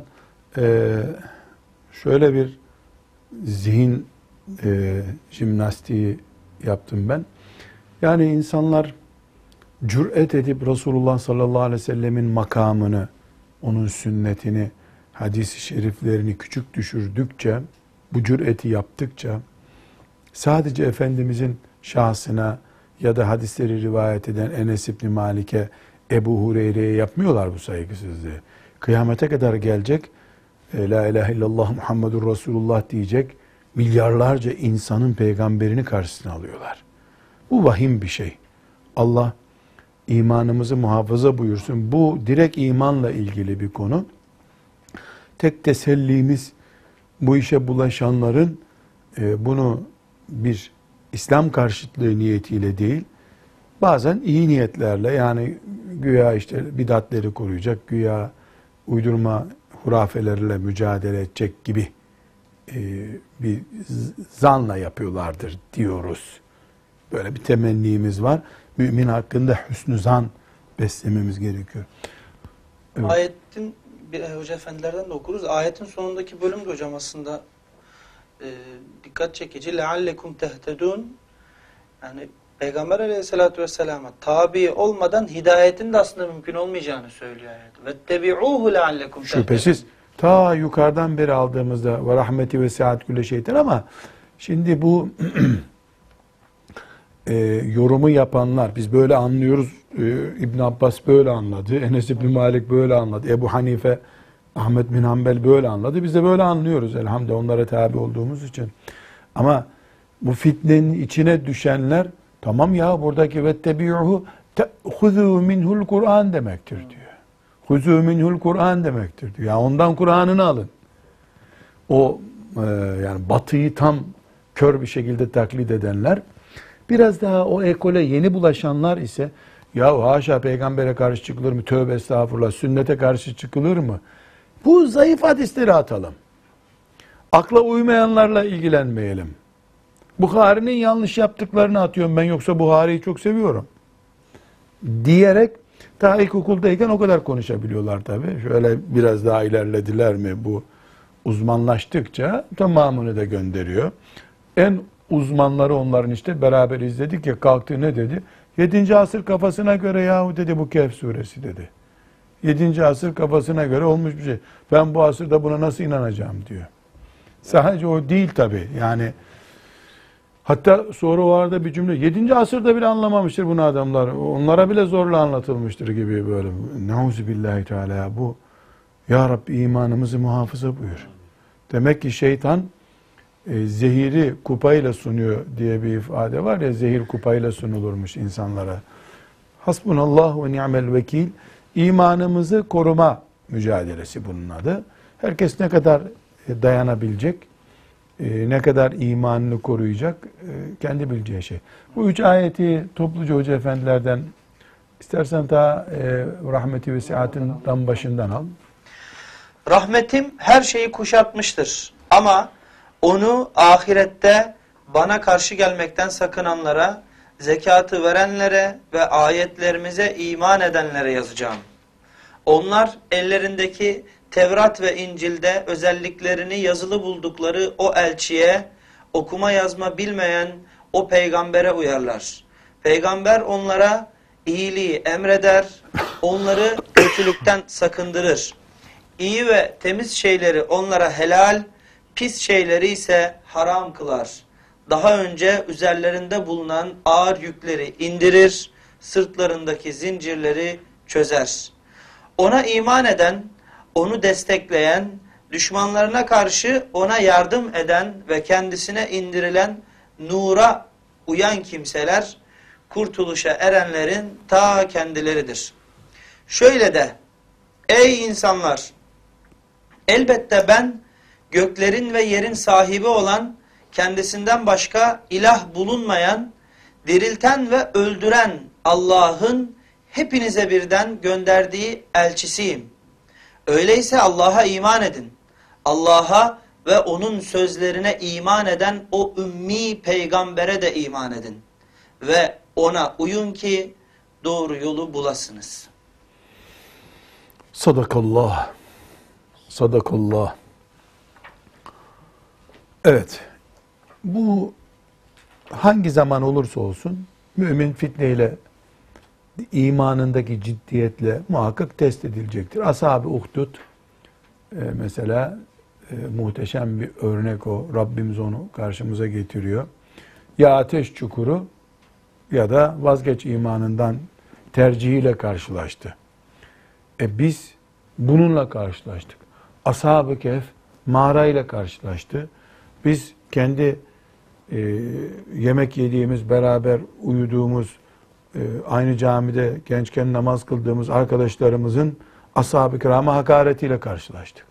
şöyle bir zihin jimnastiği yaptım ben. Yani insanlar cüret edip Resulullah sallallahu aleyhi ve sellemin makamını, onun sünnetini, hadis-i şeriflerini küçük düşürdükçe, bu cüreti yaptıkça, sadece Efendimizin şahsına ya da hadisleri rivayet eden Enes İbni Malik'e, Ebu Hureyre'ye yapmıyorlar bu saygısızlığı. Kıyamete kadar gelecek, La ilahe illallah Muhammedur Resulullah diyecek, milyarlarca insanın peygamberini karşısına alıyorlar. Bu vahim bir şey. Allah imanımızı muhafaza buyursun. Bu direkt imanla ilgili bir konu. Tek tesellimiz bu işe bulaşanların e, bunu bir İslam karşıtlığı niyetiyle değil, bazen iyi niyetlerle, yani güya işte bidatleri koruyacak, güya uydurma hurafelerle mücadele edecek gibi e, bir zanla yapıyorlardır diyoruz. Böyle bir temennimiz var. Mümin hakkında hüsnü zan beslememiz gerekiyor. Evet. Ayetin, bir, hoca efendilerden de okuruz. Ayetin sonundaki bölüm de hocam aslında e, dikkat çekici. لَعَلَّكُمْ تَهْتَدُونَ. Yani Peygamber aleyhissalatü vesselam'a tabi olmadan hidayetin de aslında mümkün olmayacağını söylüyor ayet. وَاتَّبِعُوهُ لَعَلَّكُمْ تَهْتَدُونَ. Şüphesiz ta yukarıdan beri aldığımızda ve rahmeti ve seat gülle şeytan, ama şimdi bu e, yorumu yapanlar, biz böyle anlıyoruz, e, İbn Abbas böyle anladı, Enes İbn Malik böyle anladı, Ebu Hanife, Ahmet bin Hanbel böyle anladı, biz de böyle anlıyoruz elhamdülillah onlara tabi olduğumuz için. Ama bu fitnenin içine düşenler, tamam ya buradaki vettebi'uhu te'huzû minhul Kur'an demektir diyor. Huzû minhul Kur'an demektir diyor. Yani ondan Kur'an'ını alın. O e, yani batıyı tam kör bir şekilde taklit edenler, biraz daha o ekole yeni bulaşanlar ise, ya haşa peygambere karşı çıkılır mı? Tövbe estağfurullah. Sünnete karşı çıkılır mı? Bu zayıf hadisleri atalım. Akla uymayanlarla ilgilenmeyelim. Buhari'nin yanlış yaptıklarını atıyorum ben, yoksa Buhari'yi çok seviyorum diyerek, ta ilkokuldayken o kadar konuşabiliyorlar tabii. Şöyle biraz daha ilerlediler mi, bu uzmanlaştıkça tamamını da gönderiyor. En uzmanları onların işte, beraber izledik ya, kalktı ne dedi? Yedinci asır kafasına göre yahu dedi, bu Kehf suresi dedi. Yedinci asır kafasına göre olmuş bir şey. Ben bu asırda buna nasıl inanacağım diyor. Sadece o değil tabii. Yani hatta sonra o arada bir cümle, yedinci asırda bile anlamamıştır bunu adamlar. Onlara bile zorla anlatılmıştır gibi böyle. Neuzubillahi teala, bu ya Rabbi imanımızı muhafaza buyur. Demek ki şeytan e, zehiri kupayla sunuyor diye bir ifade var ya, zehir kupayla sunulurmuş insanlara. Hasbunallah ve ni'mel vekil. İmanımızı koruma mücadelesi bunun adı. Herkes ne kadar dayanabilecek, ne kadar imanını koruyacak, kendi bileceği şey. Bu üç ayeti topluca hoca efendilerden, istersen ta rahmeti ve siatinden başından al. Rahmetim her şeyi kuşatmıştır. Ama onu ahirette bana karşı gelmekten sakınanlara, zekatı verenlere ve ayetlerimize iman edenlere yazacağım. Onlar ellerindeki Tevrat ve İncil'de özelliklerini yazılı buldukları o elçiye, okuma yazma bilmeyen o peygambere uyarlar. Peygamber onlara iyiliği emreder, onları kötülükten sakındırır. İyi ve temiz şeyleri onlara helal, pis şeyleri ise haram kılar. Daha önce üzerlerinde bulunan ağır yükleri indirir, sırtlarındaki zincirleri çözer. Ona iman eden, onu destekleyen, düşmanlarına karşı ona yardım eden ve kendisine indirilen nura uyan kimseler, kurtuluşa erenlerin ta kendileridir. Şöyle de, ey insanlar! Elbette ben göklerin ve yerin sahibi olan, kendisinden başka ilah bulunmayan, dirilten ve öldüren Allah'ın hepinize birden gönderdiği elçisiyim. Öyleyse Allah'a iman edin. Allah'a ve onun sözlerine iman eden o ümmi peygambere de iman edin. Ve ona uyun ki doğru yolu bulasınız. Sadakallah. Sadakallah. Evet. Bu hangi zaman olursa olsun mümin fitneyle, imanındaki ciddiyetle muhakkak test edilecektir. Ashab-ı Uhdud e, mesela e, muhteşem bir örnek o. Rabbimiz onu karşımıza getiriyor. Ya ateş çukuru ya da vazgeç imanından tercihiyle karşılaştı. E biz bununla karşılaştık. Ashab-ı Kehf mağarayla karşılaştı. Biz kendi e, yemek yediğimiz, beraber uyuduğumuz, e, aynı camide gençken namaz kıldığımız arkadaşlarımızın ashab-ı kirama hakaretiyle karşılaştık.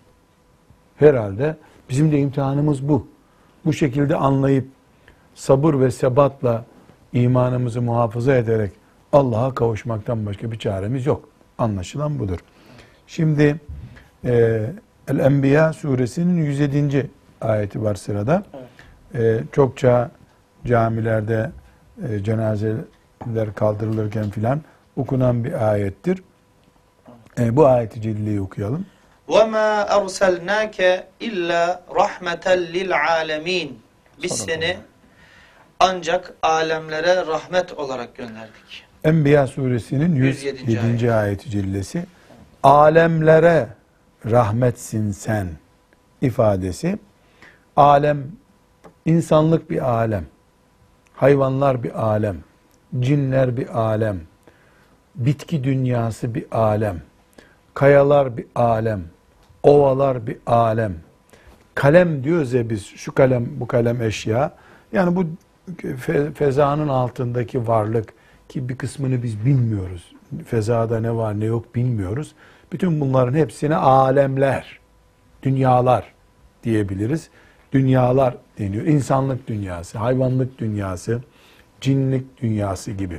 Herhalde bizim de imtihanımız bu. Bu şekilde anlayıp sabır ve sebatla imanımızı muhafaza ederek Allah'a kavuşmaktan başka bir çaremiz yok. Anlaşılan budur. Şimdi e, El-Enbiya suresinin yüz yedinci ayeti var sırada. Evet. E, çokça camilerde e, cenazeler kaldırılırken filan okunan bir ayettir. E, bu ayeti celleyi okuyalım. وَمَا أَرْسَلْنَاكَ إِلَّا رَحْمَةً لِلْعَالَمِينَ Biz seni ancak alemlere rahmet olarak gönderdik. Enbiya suresinin yüz yedinci ayeti cellesi. Alemlere rahmetsin sen ifadesi. Alem, insanlık bir alem, hayvanlar bir alem, cinler bir alem, bitki dünyası bir alem, kayalar bir alem, ovalar bir alem. Kalem diyoruz ya biz, şu kalem, bu kalem eşya. Yani bu fe, fezanın altındaki varlık ki bir kısmını biz bilmiyoruz. Fezada ne var ne yok bilmiyoruz. Bütün bunların hepsine alemler, dünyalar diyebiliriz. Dünyalar deniyor. İnsanlık dünyası, hayvanlık dünyası, cinlik dünyası gibi.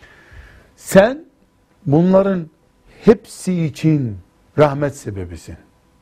Sen bunların hepsi için rahmet sebebisin.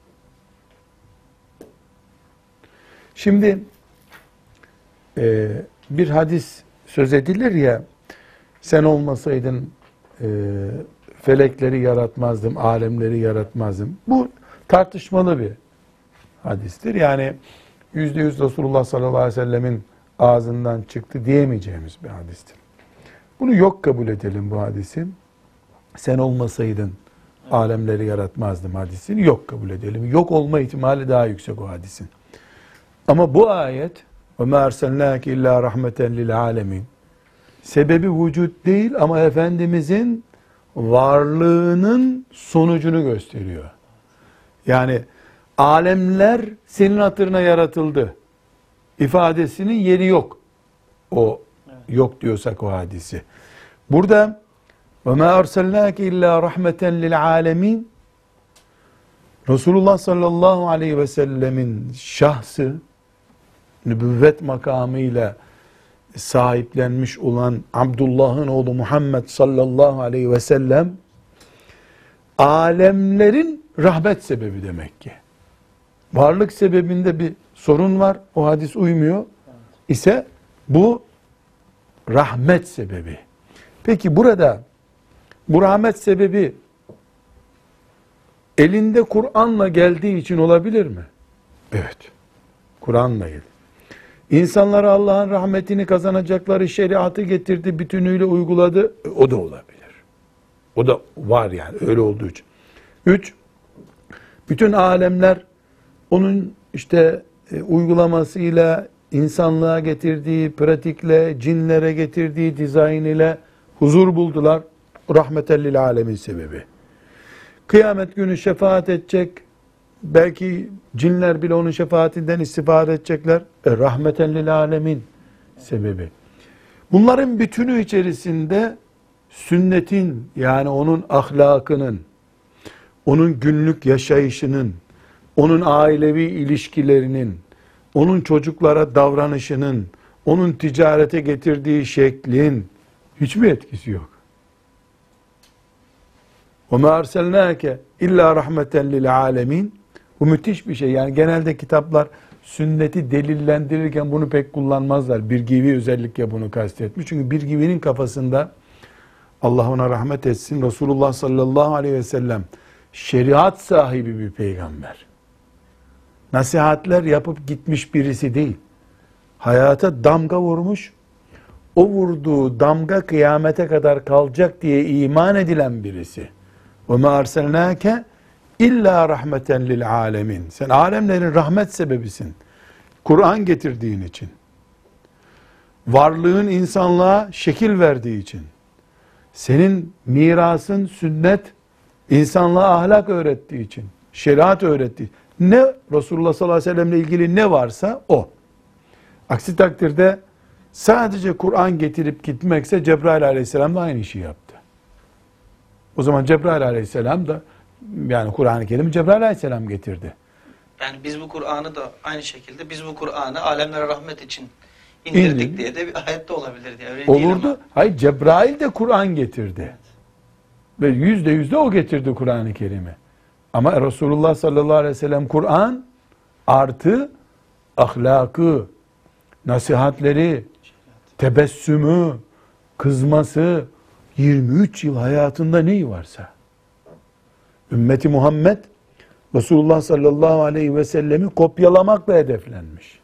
Şimdi e, bir hadis söz edilir ya, sen olmasaydın e, felekleri yaratmazdım, alemleri yaratmazdım. Bu tartışmalı bir hadistir. Yani yüzde yüz Resulullah sallallahu aleyhi ve sellemin ağzından çıktı diyemeyeceğimiz bir hadistir. Bunu yok kabul edelim bu hadisi. Sen olmasaydın alemleri yaratmazdım hadisini yok kabul edelim. Yok olma ihtimali daha yüksek o hadisin. Ama bu ayet وَمَا اَرْسَلْنَاكِ اِلَّا رَحْمَةً لِلْعَالَمِينَ sebebi vücut değil ama Efendimizin varlığının sonucunu gösteriyor. Yani alemler senin hatırına yaratıldı ifadesinin yeri yok. O yok diyorsak o hadisi. Burada وَمَا اَرْسَلْنَاكِ اِلَّا رَحْمَةً لِلْعَالَمِينَ Resulullah sallallahu aleyhi ve sellemin şahsı nübüvvet makamıyla sahiplenmiş olan Abdullah'ın oğlu Muhammed sallallahu aleyhi ve sellem alemlerin rahmet sebebi demek ki. Varlık sebebinde bir sorun var. O hadis uymuyor. İse bu rahmet sebebi. Peki burada bu rahmet sebebi elinde Kur'an'la geldiği için olabilir mi? Evet. Kur'an'la geldi. İnsanlara Allah'ın rahmetini kazanacakları şeriatı getirdi, bütünüyle uyguladı. O da olabilir. O da var yani öyle olduğu için. Üç, bütün alemler onun işte e, uygulamasıyla, insanlığa getirdiği pratikle, cinlere getirdiği dizayn ile huzur buldular. Rahmeten lil alemin sebebi. Kıyamet günü şefaat edecek. Belki cinler bile onun şefaatinden istifade edecekler. E, rahmeten lil alemin sebebi. Bunların bütünü içerisinde sünnetin, yani onun ahlakının, onun günlük yaşayışının, onun ailevi ilişkilerinin, onun çocuklara davranışının, onun ticarete getirdiği şeklin hiç mi etkisi yok? وَمَا أَرْسَلْنَاكَ اِلَّا رَحْمَةً لِلْعَالَمِينَ. Bu müthiş bir şey. Yani genelde kitaplar sünneti delillendirirken bunu pek kullanmazlar. Birgivi özellikle bunu kastetmiş. Çünkü Birgivi'nin kafasında, Allah ona rahmet etsin, Resulullah sallallahu aleyhi ve sellem şeriat sahibi bir peygamber. Nasihatler yapıp gitmiş birisi değil. Hayata damga vurmuş, o vurduğu damga kıyamete kadar kalacak diye iman edilen birisi. وَمَا أَرْسَلْنَاكَ İlla rahmeten lil alemin. Sen alemlerin rahmet sebebisin. Kur'an getirdiğin için. Varlığın insanlığa şekil verdiği için. Senin mirasın sünnet, insanlığa ahlak öğrettiği için. Şeriat öğrettiği. Ne Resulullah sallallahu aleyhi ve sellemle ilgili ne varsa o. Aksi takdirde sadece Kur'an getirip gitmekse Cebrail aleyhisselam da aynı işi yaptı. O zaman Cebrail aleyhisselam da, yani Kur'an-ı Kerim'i Cebrail aleyhisselam getirdi. Yani biz bu Kur'an'ı da aynı şekilde, biz bu Kur'an'ı alemlere rahmet için indirdik İndir. diye de bir ayette olabilir diye. Öyle olurdu. Hayır, Cebrail de Kur'an getirdi. Evet. Ve yüzde yüzde o getirdi Kur'an-ı Kerim'i. Ama Resulullah sallallahu aleyhi ve sellem Kur'an artı ahlakı, nasihatleri, tebessümü, kızması, yirmi üç yıl hayatında neyi varsa. Ümmeti Muhammed Resulullah sallallahu aleyhi ve sellemi kopyalamakla hedeflenmiş.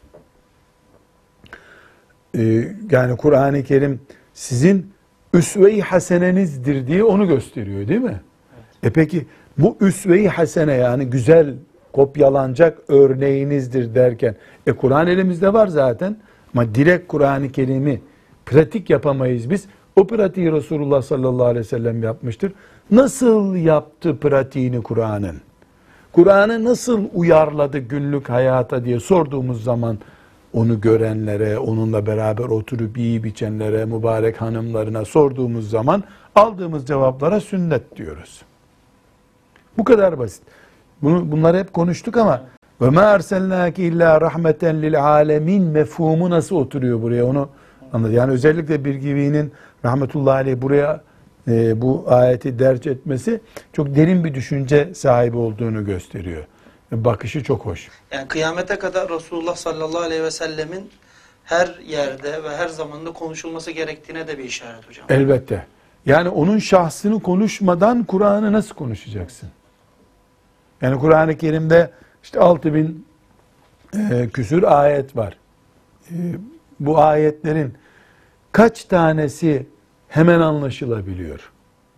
Ee, yani Kur'an-ı Kerim sizin üsve-i hasenenizdir diye onu gösteriyor, değil mi? Evet. E peki bu üsve-i hasene, yani güzel kopyalanacak örneğinizdir derken, e Kur'an elimizde var zaten ama direkt Kur'an-ı Kerim'i pratik yapamayız biz. O pratiği Resulullah sallallahu aleyhi ve sellem yapmıştır. Nasıl yaptı pratiğini Kur'an'ın? Kur'an'ı nasıl uyarladı günlük hayata diye sorduğumuz zaman onu görenlere, onunla beraber oturup yiyip içenlere, mübarek hanımlarına sorduğumuz zaman aldığımız cevaplara sünnet diyoruz. Bu kadar basit. Bunu, bunları hep konuştuk ama ve ma erselnâke illâ rahmeten lil âlemin mefhumu nasıl oturuyor buraya, onu anladı. Yani özellikle Birgivi'nin rahmetullahi aleyh buraya e, bu ayeti derc etmesi çok derin bir düşünce sahibi olduğunu gösteriyor. Bakışı çok hoş. Yani kıyamete kadar Resulullah sallallahu aleyhi ve sellemin her yerde ve her zamanda konuşulması gerektiğine de bir işaret hocam. Elbette. Yani onun şahsını konuşmadan Kur'an'ı nasıl konuşacaksın? Yani Kur'an-ı Kerim'de işte altı bin e, küsür ayet var. E, bu ayetlerin kaç tanesi hemen anlaşılabiliyor?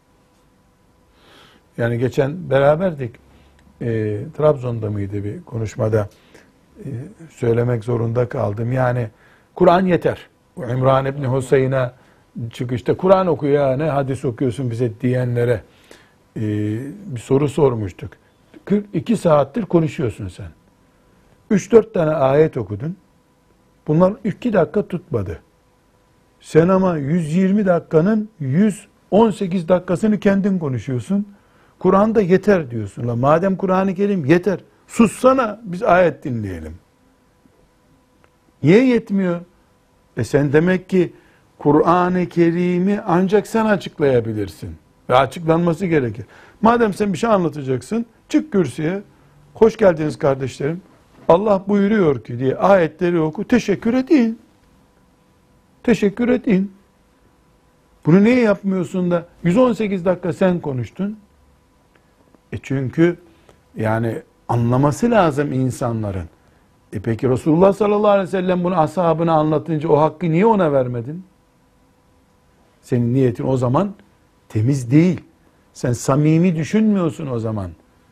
Yani geçen beraberdik. E, Trabzon'da mıydı bir konuşmada e, söylemek zorunda kaldım. Yani Kur'an yeter. İmran İbni Hüseyin'e çıkışta Kur'an okuyor ya, ne hadis okuyorsun bize diyenlere e, bir soru sormuştuk. kırk iki saattir konuşuyorsun sen. üç dört tane ayet okudun. Bunlar iki dakika tutmadı. Sen ama yüz yirmi dakikanın yüz on sekiz dakikasını kendin konuşuyorsun. Kur'an'da yeter diyorsun. La madem Kur'an-ı Kerim yeter, sussana biz ayet dinleyelim. Niye yetmiyor? E sen demek ki Kur'an-ı Kerim'i ancak sen açıklayabilirsin. Ve açıklanması gerekir. Madem sen bir şey anlatacaksın, çık kürsüye, hoş geldiniz kardeşlerim, Allah buyuruyor ki diye ayetleri oku, teşekkür edin. Teşekkür edin. Bunu niye yapmıyorsun da yüz on sekiz dakika sen konuştun? E çünkü yani anlaması lazım insanların. E peki Resulullah sallallahu aleyhi ve sellem bunu ashabına anlatınca o hakkı niye ona vermedin? Senin niyetin o zaman temiz değil. Sen samimi düşünmüyorsun o zaman.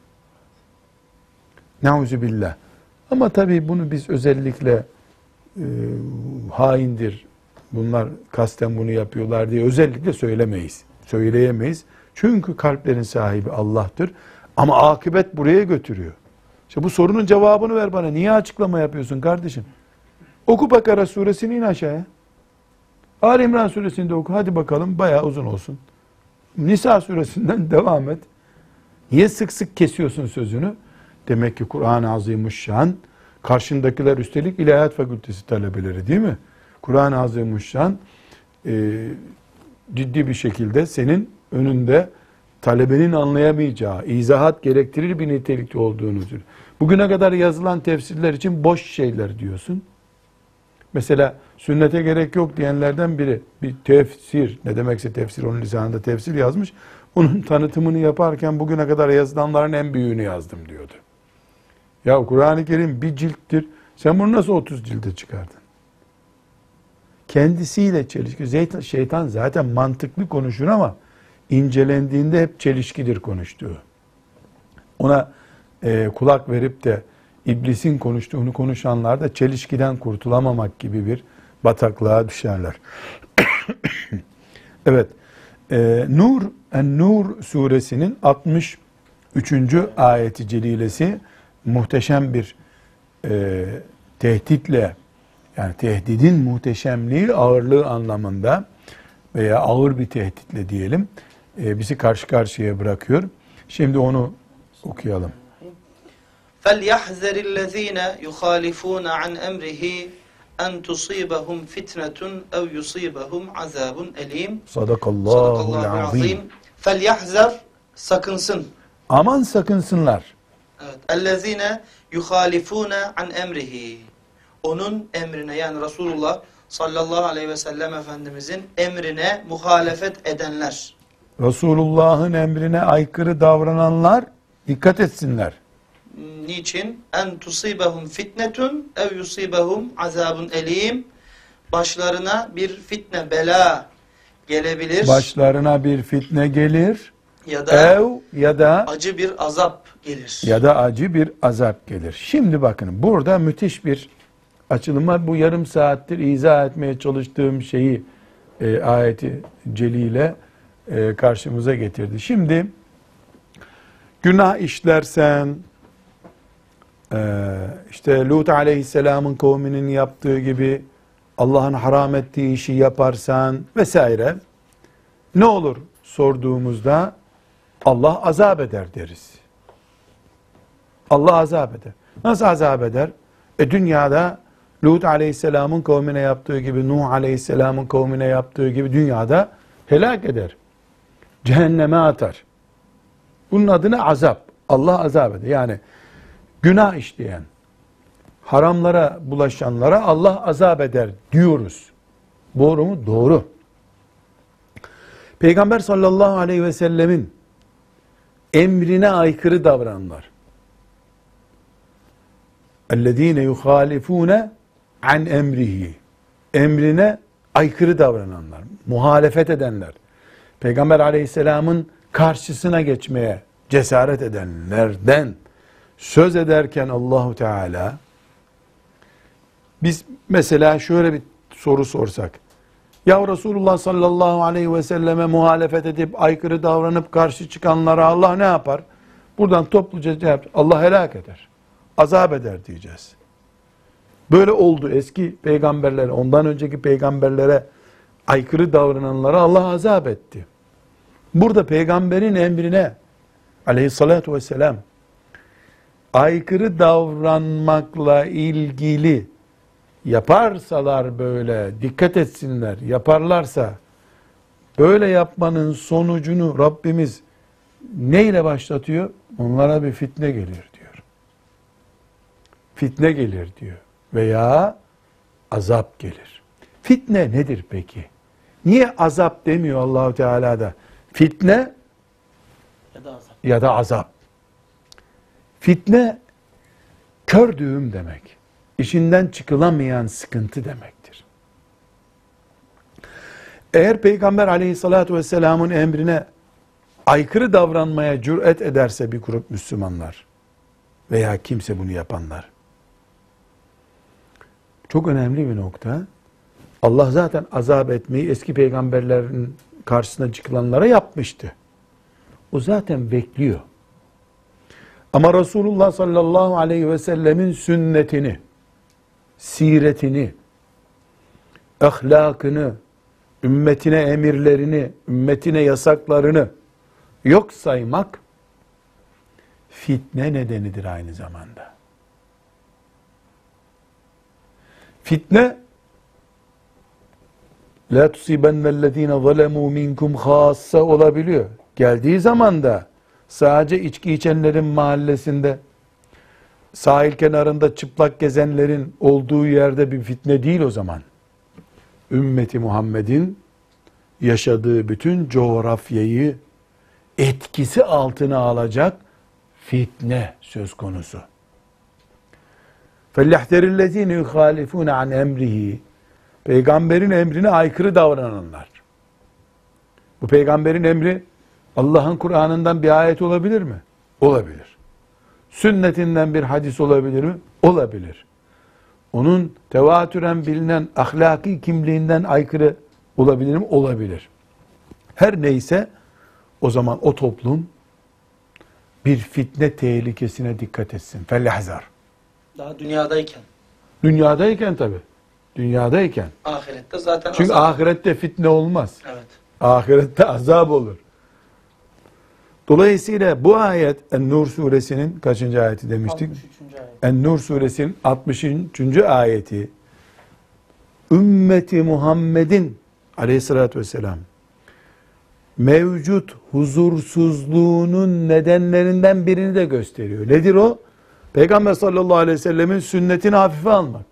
Nauzubillah. Ama tabii bunu biz özellikle e, haindir, bunlar kasten bunu yapıyorlar diye özellikle söylemeyiz. Söyleyemeyiz. Çünkü kalplerin sahibi Allah'tır. Ama akıbet buraya götürüyor. İşte bu sorunun cevabını ver bana. Niye açıklama yapıyorsun kardeşim? Oku Bakara suresini, in aşağıya. Ali İmran suresini de oku. Hadi bakalım, bayağı uzun olsun. Nisa suresinden devam et. Niye sık sık kesiyorsun sözünü? Demek ki Kur'an-ı Azimuşşan, karşındakiler üstelik İlahiyat Fakültesi talebeleri değil mi? Kur'an-ı Azimuşşan e, ciddi bir şekilde senin önünde talebenin anlayamayacağı, izahat gerektirir bir nitelikte olduğunu söylüyor. Bugüne kadar yazılan tefsirler için boş şeyler diyorsun. Mesela sünnete gerek yok diyenlerden biri bir tefsir, ne demekse tefsir, onun lisanında tefsir yazmış. Onun tanıtımını yaparken bugüne kadar yazılanların en büyüğünü yazdım diyordu. Ya Kur'an-ı Kerim bir cilttir. Sen bunu nasıl otuz cilde çıkardın? Kendisiyle çelişki. Şeytan zaten mantıklı konuşur ama incelendiğinde hep çelişkidir konuştuğu. Ona e, kulak verip de İblisin konuştuğunu konuşanlar da çelişkiden kurtulamamak gibi bir bataklığa düşerler. Evet. E, Nur, En-Nur suresinin altmış üçüncü ayeti celilesi muhteşem bir e, tehditle, yani tehdidin muhteşemliği, ağırlığı anlamında veya ağır bir tehditle diyelim, e, bizi karşı karşıya bırakıyor. Şimdi onu okuyalım. فَلْيَحْذَرِ الَّذ۪ينَ يُخَالِفُونَ عَنْ اَمْرِهِ اَنْ تُصِيبَهُمْ فِتْنَةٌ اَوْ يُصِيبَهُمْ عَذَابٌ اَل۪يمٌ Sadakallahu azim. فَلْيَحْذَرْ sakınsın. Aman sakınsınlar. Evet. اَلَّذ۪ينَ يُخَالِفُونَ عَنْ اَمْرِهِ onun emrine, yani Resulullah sallallahu aleyhi ve sellem Efendimizin emrine muhalefet edenler. Resulullah'ın emrine aykırı davrananlar dikkat etsinler. Niçin? En tusibahum fitnetun ev yusibahum azabun elim. Başlarına bir fitne, bela gelebilir. Başlarına bir fitne gelir. Ya da ev ya da acı bir azap gelir. ya da acı bir azap gelir. Şimdi bakın, burada müthiş bir açılım var. Bu yarım saattir izah etmeye çalıştığım şeyi e, ayeti celile e, karşımıza getirdi. Şimdi günah işlersen, e, işte Lut aleyhisselamın kavminin yaptığı gibi Allah'ın haram ettiği işi yaparsan vesaire, ne olur sorduğumuzda Allah azap eder deriz. Allah azap eder. Nasıl azap eder? E dünyada Lut aleyhisselamın kavmine yaptığı gibi, Nuh aleyhisselamın kavmine yaptığı gibi dünyada helak eder. Cehenneme atar. Bunun adına azap. Allah azap eder. Yani günah işleyen, haramlara bulaşanlara Allah azap eder diyoruz. Doğru mu? Doğru. Peygamber sallallahu aleyhi ve sellemin emrine aykırı davrananlar, اَلَّذ۪ينَ يُخَالِفُونَ an emrihi, emrine aykırı davrananlar, muhalefet edenler, Peygamber aleyhisselamın karşısına geçmeye cesaret edenlerden söz ederken Allahu Teala, biz mesela şöyle bir soru sorsak, ya Resulullah sallallahu aleyhi ve selleme muhalefet edip aykırı davranıp karşı çıkanlara Allah ne yapar? Buradan topluca cevap, Allah helak eder, azap eder diyeceğiz. Böyle oldu. Eski peygamberlere, ondan önceki peygamberlere aykırı davrananlara Allah azap etti. Burada peygamberin emrine aleyhissalatu vesselam aykırı davranmakla ilgili yaparsalar, böyle dikkat etsinler, yaparlarsa böyle yapmanın sonucunu Rabbimiz neyle başlatıyor? Onlara bir fitne gelir diyor. Fitne gelir diyor. Veya azap gelir. Fitne nedir peki? Niye azap demiyor Allahu Teala da? Fitne Ya da azap. ya da azap. Fitne kör düğüm demek. işinden çıkılamayan sıkıntı demektir. Eğer Peygamber aleyhissalatu vesselamın emrine aykırı davranmaya cüret ederse bir grup Müslümanlar veya kimse bunu yapanlar, çok önemli bir nokta. Allah zaten azap etmeyi eski peygamberlerin karşısına çıkılanlara yapmıştı. O zaten bekliyor. Ama Resulullah sallallahu aleyhi ve sellemin sünnetini, siretini, ahlakını, ümmetine emirlerini, ümmetine yasaklarını yok saymak fitne nedenidir aynı zamanda. Fitne la tusibennellezine zalemu minkum hassa olabiliyor. Geldiği zaman da sadece içki içenlerin mahallesinde, sahil kenarında çıplak gezenlerin olduğu yerde bir fitne değil o zaman. Ümmeti Muhammed'in yaşadığı bütün coğrafyayı etkisi altına alacak fitne söz konusu. فَلْيَحْتَرِ الَّذ۪ينَ يُخَالِفُونَ عَنْ اَمْرِهِ Peygamberin emrine aykırı davrananlar. Bu peygamberin emri Allah'ın Kur'an'ından bir ayet olabilir mi? Olabilir. Sünnetinden bir hadis olabilir mi? Olabilir. Onun tevatüren bilinen ahlaki kimliğinden aykırı olabilir mi? Olabilir. Her neyse o zaman o toplum bir fitne tehlikesine dikkat etsin. Fellahzar. Daha dünyadayken. Dünyadayken tabi. Dünyadayken. Ahirette zaten Çünkü azap. ahirette fitne olmaz. Evet. Ahirette azap olur. Dolayısıyla bu ayet En-Nur suresinin kaçıncı ayeti demiştik? altmış üçüncü ayet. En-Nur suresinin altmış üçüncü ayeti ümmeti Muhammed'in aleyhissalatü vesselam mevcut huzursuzluğunun nedenlerinden birini de gösteriyor. Nedir o? Peygamber sallallahu aleyhi ve sellemin sünnetini hafife almak.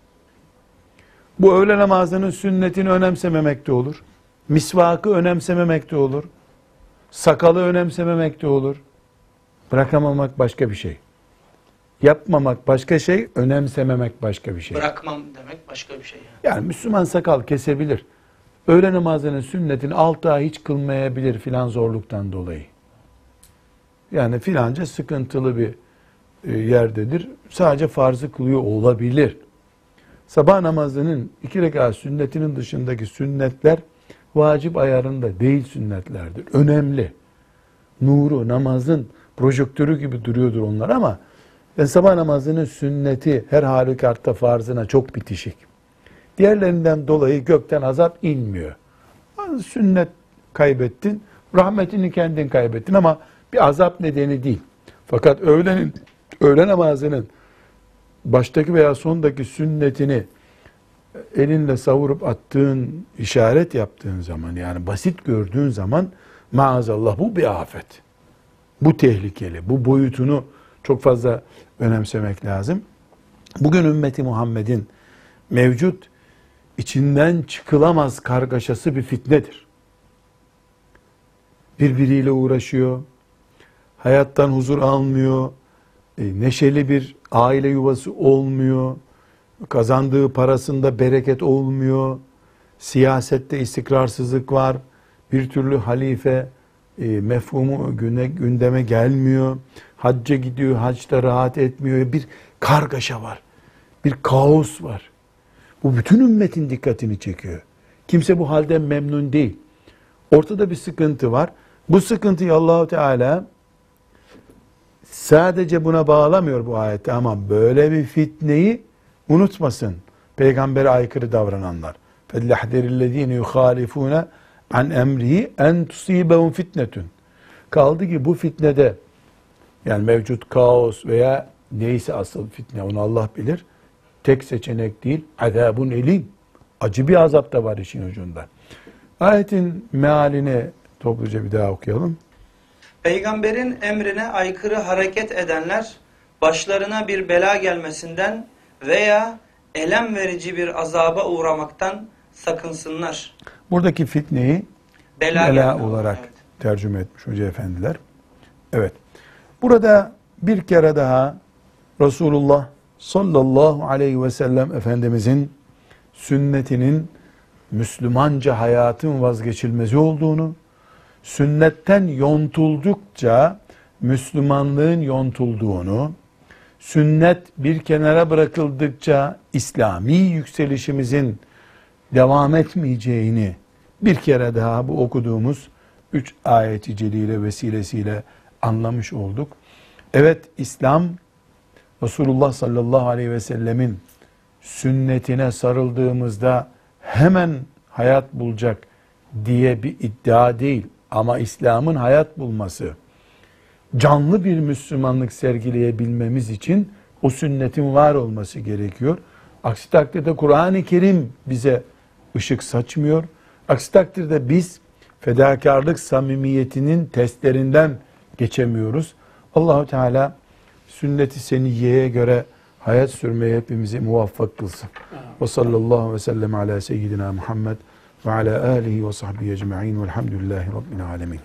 Bu öğle namazının sünnetini önemsememek de olur. Misvakı önemsememek de olur. Sakalı önemsememek de olur. Bırakamamak başka bir şey. Yapmamak başka şey, önemsememek başka bir şey. Bırakmam demek başka bir şey. Yani. Yani Müslüman sakal kesebilir. Öğle namazının sünnetini altı ay hiç kılmayabilir filan zorluktan dolayı. Yani filanca sıkıntılı bir yerdedir. Sadece farzı kılıyor olabilir. Sabah namazının iki rekat sünnetinin dışındaki sünnetler vacip ayarında değil sünnetlerdir. Önemli. Nuru, namazın projektörü gibi duruyordur onlar ama ben sabah namazının sünneti her halükartta farzına çok bitişik. Diğerlerinden dolayı gökten azap inmiyor. Sünnet kaybettin, rahmetini kendin kaybettin ama bir azap nedeni değil. Fakat öğlenin, öğle namazının baştaki veya sondaki sünnetini elinle savurup attığın, işaret yaptığın zaman, yani basit gördüğün zaman maazallah bu bir afet. Bu tehlikeli. Bu boyutunu çok fazla önemsemek lazım. Bugün ümmeti Muhammed'in mevcut içinden çıkılamaz kargaşası bir fitnedir. Birbiriyle uğraşıyor, hayattan huzur almıyor, neşeli bir aile yuvası olmuyor, kazandığı parasında bereket olmuyor, siyasette istikrarsızlık var, bir türlü halife e, mefhumu güne, gündeme gelmiyor, hacca gidiyor, haçta rahat etmiyor, bir kargaşa var, bir kaos var. Bu bütün ümmetin dikkatini çekiyor. Kimse bu halden memnun değil. Ortada bir sıkıntı var. Bu sıkıntıyı Allah-u Teala sadece buna bağlamıyor bu ayette ama böyle bir fitneyi unutmasın Peygamber'e aykırı davrananlar. فَالْلَحْدَرِ الَّذ۪ينَ يُخَالِفُونَ عَنْ اَمْرِهِ اَنْ تُصِيبَهُمْ فِتْنَةٌ. Kaldı ki bu fitnede, yani mevcut kaos veya neyse asıl fitne onu Allah bilir, tek seçenek değil, azabun elim. Acı bir azap da var işin ucunda. Ayetin mealini topluca bir daha okuyalım. Peygamberin emrine aykırı hareket edenler başlarına bir bela gelmesinden veya elem verici bir azaba uğramaktan sakınsınlar. Buradaki fitneyi Bela, bela gelme olarak evet. tercüme etmiş hoca efendiler. Evet. Burada bir kere daha Resulullah sallallahu aleyhi ve sellem Efendimizin sünnetinin Müslümanca hayatın vazgeçilmezi olduğunu, sünnetten yontuldukça Müslümanlığın yontulduğunu, sünnet bir kenara bırakıldıkça İslami yükselişimizin devam etmeyeceğini bir kere daha bu okuduğumuz üç ayet-i celile vesilesiyle anlamış olduk. Evet, İslam Resulullah sallallahu aleyhi ve sellemin sünnetine sarıldığımızda hemen hayat bulacak diye bir iddia değil. Ama İslam'ın hayat bulması, canlı bir Müslümanlık sergileyebilmemiz için o sünnetin var olması gerekiyor. Aksi takdirde Kur'an-ı Kerim bize ışık saçmıyor. Aksi takdirde biz fedakarlık samimiyetinin testlerinden geçemiyoruz. Allahu Teala sünnet-i seniyyeye göre hayat sürmeye hepimizi muvaffak kılsın. Ve sallallahu ve sellem ala seyyidina Muhammed ve ala alihi ve sahbihi ecma'in velhamdülillahi rabbil alemin.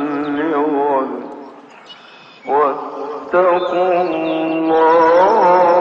واتقوا الله